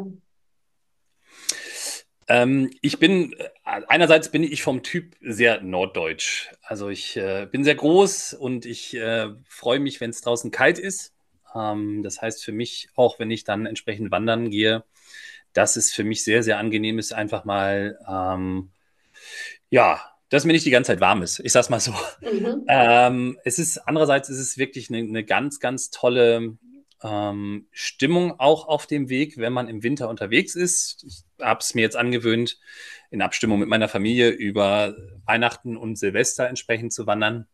Ähm, ich bin, äh, einerseits bin ich vom Typ sehr norddeutsch. Also ich äh, bin sehr groß und ich äh, freue mich, wenn es draußen kalt ist. Ähm, das heißt für mich, auch wenn ich dann entsprechend wandern gehe, dass es für mich sehr, sehr angenehm ist, einfach mal, ähm, ja, dass mir nicht die ganze Zeit warm ist. Ich sag's mal so. Mhm. Ähm, es ist, andererseits ist es wirklich eine, eine ganz, ganz tolle ähm, Stimmung auch auf dem Weg, wenn man im Winter unterwegs ist. Ich habe es mir jetzt angewöhnt, in Abstimmung mit meiner Familie über Weihnachten und Silvester entsprechend zu wandern.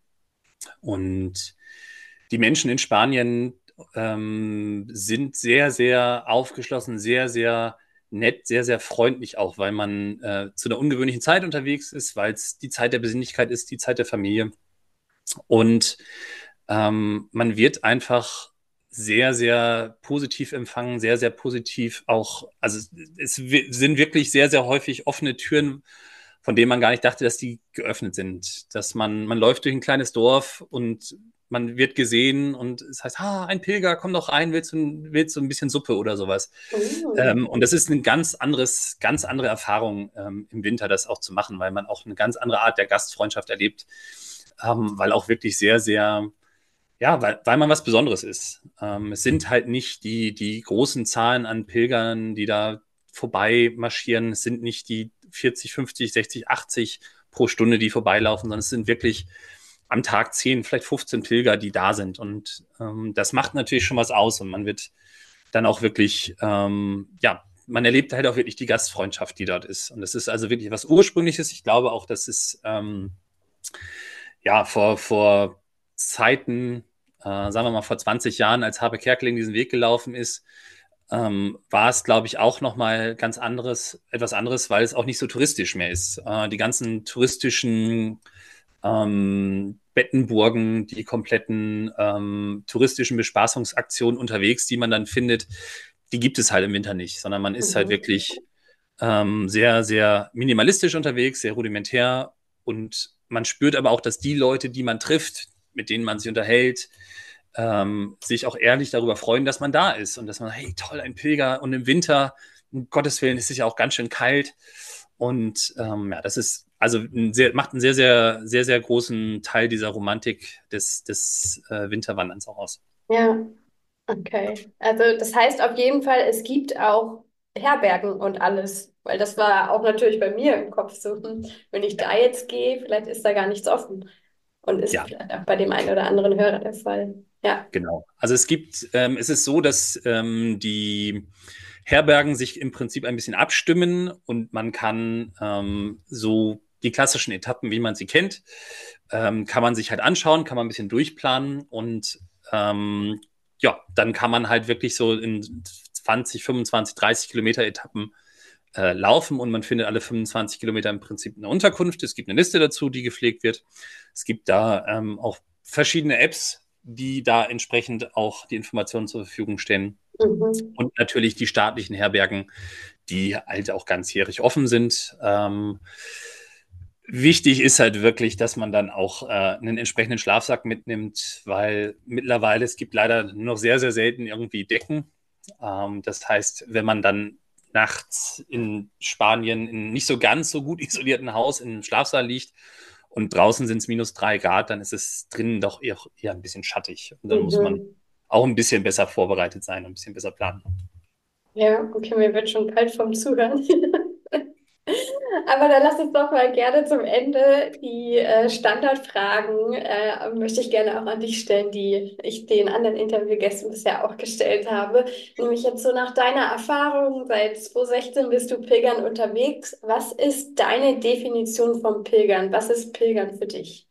Und die Menschen in Spanien ähm, sind sehr, sehr aufgeschlossen, sehr, sehr nett, sehr, sehr freundlich auch, weil man äh, zu einer ungewöhnlichen Zeit unterwegs ist, weil es die Zeit der Besinnlichkeit ist, die Zeit der Familie. Und ähm, man wird einfach sehr, sehr positiv empfangen, sehr, sehr positiv auch, also es, es sind wirklich sehr, sehr häufig offene Türen, von denen man gar nicht dachte, dass die geöffnet sind. Dass man, man läuft durch ein kleines Dorf und man wird gesehen und es heißt, ah, ein Pilger, komm doch rein, willst du, willst du ein bisschen Suppe oder sowas. Mhm. Ähm, und das ist eine ganz anderes, ganz andere Erfahrung ähm, im Winter, das auch zu machen, weil man auch eine ganz andere Art der Gastfreundschaft erlebt, ähm, weil auch wirklich sehr, sehr, ja, weil, weil man was Besonderes ist. Ähm, es sind halt nicht die, die großen Zahlen an Pilgern, die da vorbei marschieren. Es sind nicht die vierzig, fünfzig, sechzig, achtzig pro Stunde, die vorbeilaufen, sondern es sind wirklich am Tag zehn, vielleicht fünfzehn Pilger, die da sind. Und ähm, das macht natürlich schon was aus und man wird dann auch wirklich, ähm, ja, man erlebt halt auch wirklich die Gastfreundschaft, die dort ist. Und das ist also wirklich was Ursprüngliches. Ich glaube auch, dass es ähm, ja vor, vor Zeiten, äh, sagen wir mal vor zwanzig Jahren, als Habe Kerkeling diesen Weg gelaufen ist, ähm, war es, glaube ich, auch nochmal ganz anderes, etwas anderes, weil es auch nicht so touristisch mehr ist. Äh, die ganzen touristischen ähm, Bettenburgen, die kompletten ähm, touristischen Bespaßungsaktionen unterwegs, die man dann findet, die gibt es halt im Winter nicht, sondern man ist halt Mhm. wirklich ähm, sehr, sehr minimalistisch unterwegs, sehr rudimentär und man spürt aber auch, dass die Leute, die man trifft, mit denen man sich unterhält, ähm, sich auch ehrlich darüber freuen, dass man da ist und dass man, hey, toll, ein Pilger und im Winter, um Gottes Willen, ist es ja auch ganz schön kalt und ähm, ja, das ist also ein sehr, macht einen sehr, sehr, sehr, sehr großen Teil dieser Romantik des, des äh, Winterwanderns auch aus. Ja, okay. Also das heißt auf jeden Fall, es gibt auch Herbergen und alles, weil das war auch natürlich bei mir im Kopf so, hm, wenn ich Ja, da jetzt gehe, vielleicht ist da gar nichts offen und ist ja, vielleicht auch bei dem einen oder anderen Hörer der Fall. Ja. genau. Also es gibt, ähm, es ist so, dass ähm, die Herbergen sich im Prinzip ein bisschen abstimmen und man kann ähm, so die klassischen Etappen, wie man sie kennt, ähm, kann man sich halt anschauen, kann man ein bisschen durchplanen und ähm, ja, dann kann man halt wirklich so in zwanzig, fünfundzwanzig, dreißig Kilometer Etappen äh, laufen und man findet alle fünfundzwanzig Kilometer im Prinzip eine Unterkunft. Es gibt eine Liste dazu, die gepflegt wird. Es gibt da ähm, auch verschiedene Apps, die da entsprechend auch die Informationen zur Verfügung stellen. Mhm. Und natürlich die staatlichen Herbergen, die halt auch ganzjährig offen sind. Ähm, wichtig ist halt wirklich, dass man dann auch äh, einen entsprechenden Schlafsack mitnimmt, weil mittlerweile es gibt leider nur noch sehr, sehr selten irgendwie Decken. Ähm, das heißt, wenn man dann nachts in Spanien in nicht so ganz so gut isolierten Haus in einem Schlafsaal liegt und draußen sind es minus drei Grad, dann ist es drinnen doch eher, eher ein bisschen schattig. Und dann mhm. muss man auch ein bisschen besser vorbereitet sein und ein bisschen besser planen. Ja, okay, mir wird schon kalt vom Zuhören. Aber dann lass uns doch mal gerne zum Ende die äh, Standardfragen, äh, möchte ich gerne auch an dich stellen, die ich den anderen Interviewgästen bisher auch gestellt habe. Nämlich jetzt so nach deiner Erfahrung, seit zweitausendsechzehn bist du Pilgern unterwegs. Was ist deine Definition vom Pilgern? Was ist Pilgern für dich?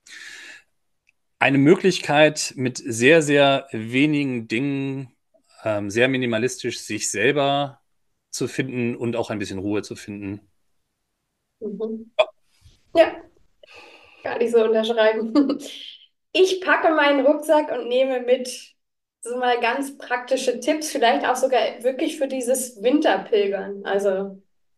Eine Möglichkeit, mit sehr, sehr wenigen Dingen, ähm, sehr minimalistisch sich selber zu finden und auch ein bisschen Ruhe zu finden. Mhm. Ja. ja, gar nicht so unterschreiben. Ich packe meinen Rucksack und nehme mit so mal ganz praktische Tipps, vielleicht auch sogar wirklich für dieses Winterpilgern. Also,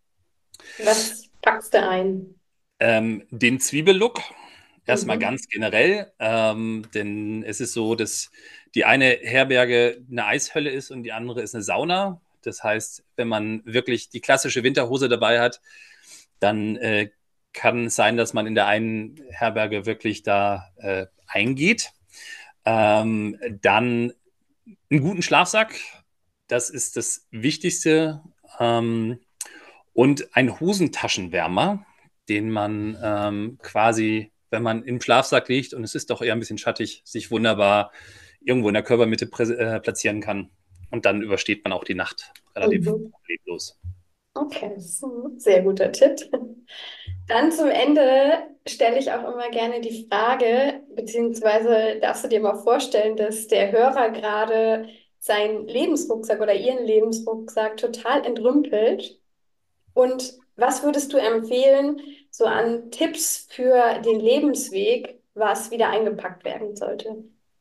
was packst du ein? Ähm, den Zwiebellook. Erstmal mhm. ganz generell, ähm, denn es ist so, dass die eine Herberge eine Eishölle ist und die andere ist eine Sauna. Das heißt, wenn man wirklich die klassische Winterhose dabei hat, dann äh, kann es sein, dass man in der einen Herberge wirklich da äh, eingeht. Ähm, dann einen guten Schlafsack, das ist das Wichtigste. Ähm, und ein Hosentaschenwärmer, den man ähm, quasi, wenn man im Schlafsack liegt und es ist doch eher ein bisschen schattig, sich wunderbar irgendwo in der Körpermitte prä- äh, platzieren kann. Und dann übersteht man auch die Nacht relativ Mhm. problemlos. Okay, das ist ein sehr guter Tipp. Dann zum Ende stelle ich auch immer gerne die Frage, beziehungsweise darfst du dir mal vorstellen, dass der Hörer gerade seinen Lebensrucksack oder ihren Lebensrucksack total entrümpelt. Und was würdest du empfehlen, so an Tipps für den Lebensweg, was wieder eingepackt werden sollte?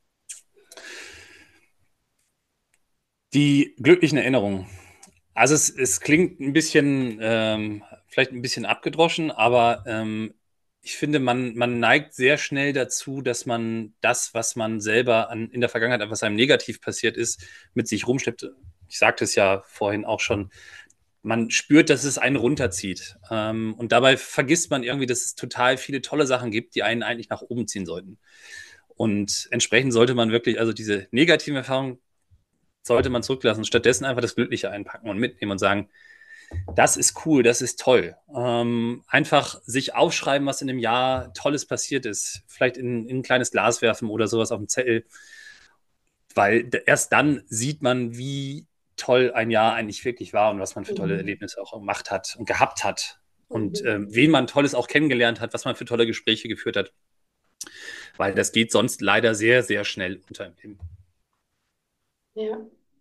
Die glücklichen Erinnerungen. Also es, es klingt ein bisschen, ähm, vielleicht ein bisschen abgedroschen, aber ähm, ich finde, man, man neigt sehr schnell dazu, dass man das, was man selber an, in der Vergangenheit, was einem negativ passiert ist, mit sich rumschleppt. Ich sagte es ja vorhin auch schon, man spürt, dass es einen runterzieht. Ähm, und dabei vergisst man irgendwie, dass es total viele tolle Sachen gibt, die einen eigentlich nach oben ziehen sollten. Und entsprechend sollte man wirklich, also diese negativen Erfahrungen sollte man zurücklassen, stattdessen einfach das Glückliche einpacken und mitnehmen und sagen, das ist cool, das ist toll. Ähm, einfach sich aufschreiben, was in einem Jahr Tolles passiert ist. Vielleicht in, in ein kleines Glas werfen oder sowas auf dem Zettel. Weil erst dann sieht man, wie toll ein Jahr eigentlich wirklich war und was man für tolle Erlebnisse auch gemacht hat und gehabt hat. Und mhm. ähm, wen man Tolles auch kennengelernt hat, was man für tolle Gespräche geführt hat. Weil das geht sonst leider sehr, sehr schnell unter im Leben. Ja.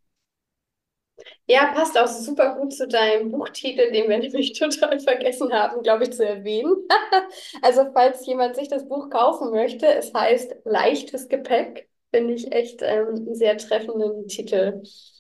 Ja, passt auch super gut zu deinem Buchtitel, den wir nämlich total vergessen haben, glaube ich, zu erwähnen. Also, falls jemand sich das Buch kaufen möchte, es heißt Leichtes Gepäck, finde ich echt ähm, einen sehr treffenden Titel.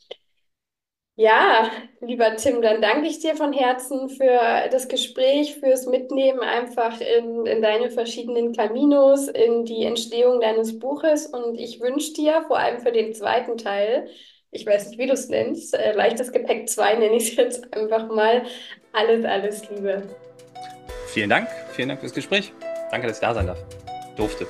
Ja, lieber Tim, dann danke ich dir von Herzen für das Gespräch, fürs Mitnehmen einfach in, in deine verschiedenen Caminos, in die Entstehung deines Buches. Und ich wünsche dir vor allem für den zweiten Teil, ich weiß nicht, wie du es nennst, äh, Leichtes Gepäck zwei nenne ich es jetzt einfach mal, alles, alles Liebe. Vielen Dank, vielen Dank fürs Gespräch. Danke, dass ich da sein darf. Durfte.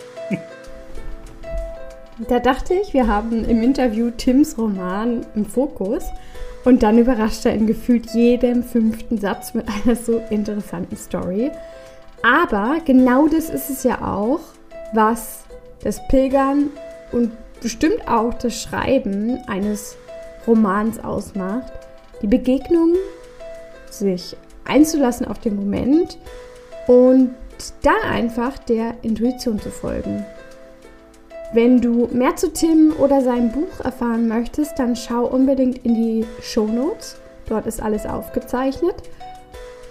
Da dachte ich, wir haben im Interview Tims Roman im Fokus. Und dann überrascht er in gefühlt jedem fünften Satz mit einer so interessanten Story. Aber genau das ist es ja auch, was das Pilgern und bestimmt auch das Schreiben eines Romans ausmacht. Die Begegnung, sich einzulassen auf den Moment und dann einfach der Intuition zu folgen. Wenn du mehr zu Tim oder seinem Buch erfahren möchtest, dann schau unbedingt in die Shownotes. Dort ist alles aufgezeichnet.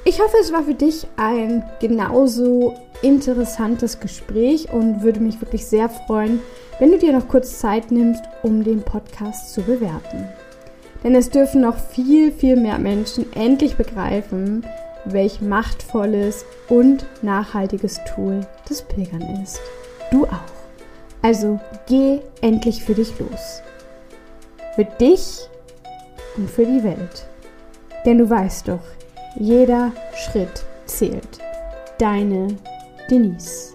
Ich hoffe, es war für dich ein genauso interessantes Gespräch und würde mich wirklich sehr freuen, wenn du dir noch kurz Zeit nimmst, um den Podcast zu bewerten. Denn es dürfen noch viel, viel mehr Menschen endlich begreifen, welch machtvolles und nachhaltiges Tool das Pilgern ist. Du auch. Also geh endlich für dich los. Für dich und für die Welt. Denn du weißt doch, jeder Schritt zählt. Deine Denise.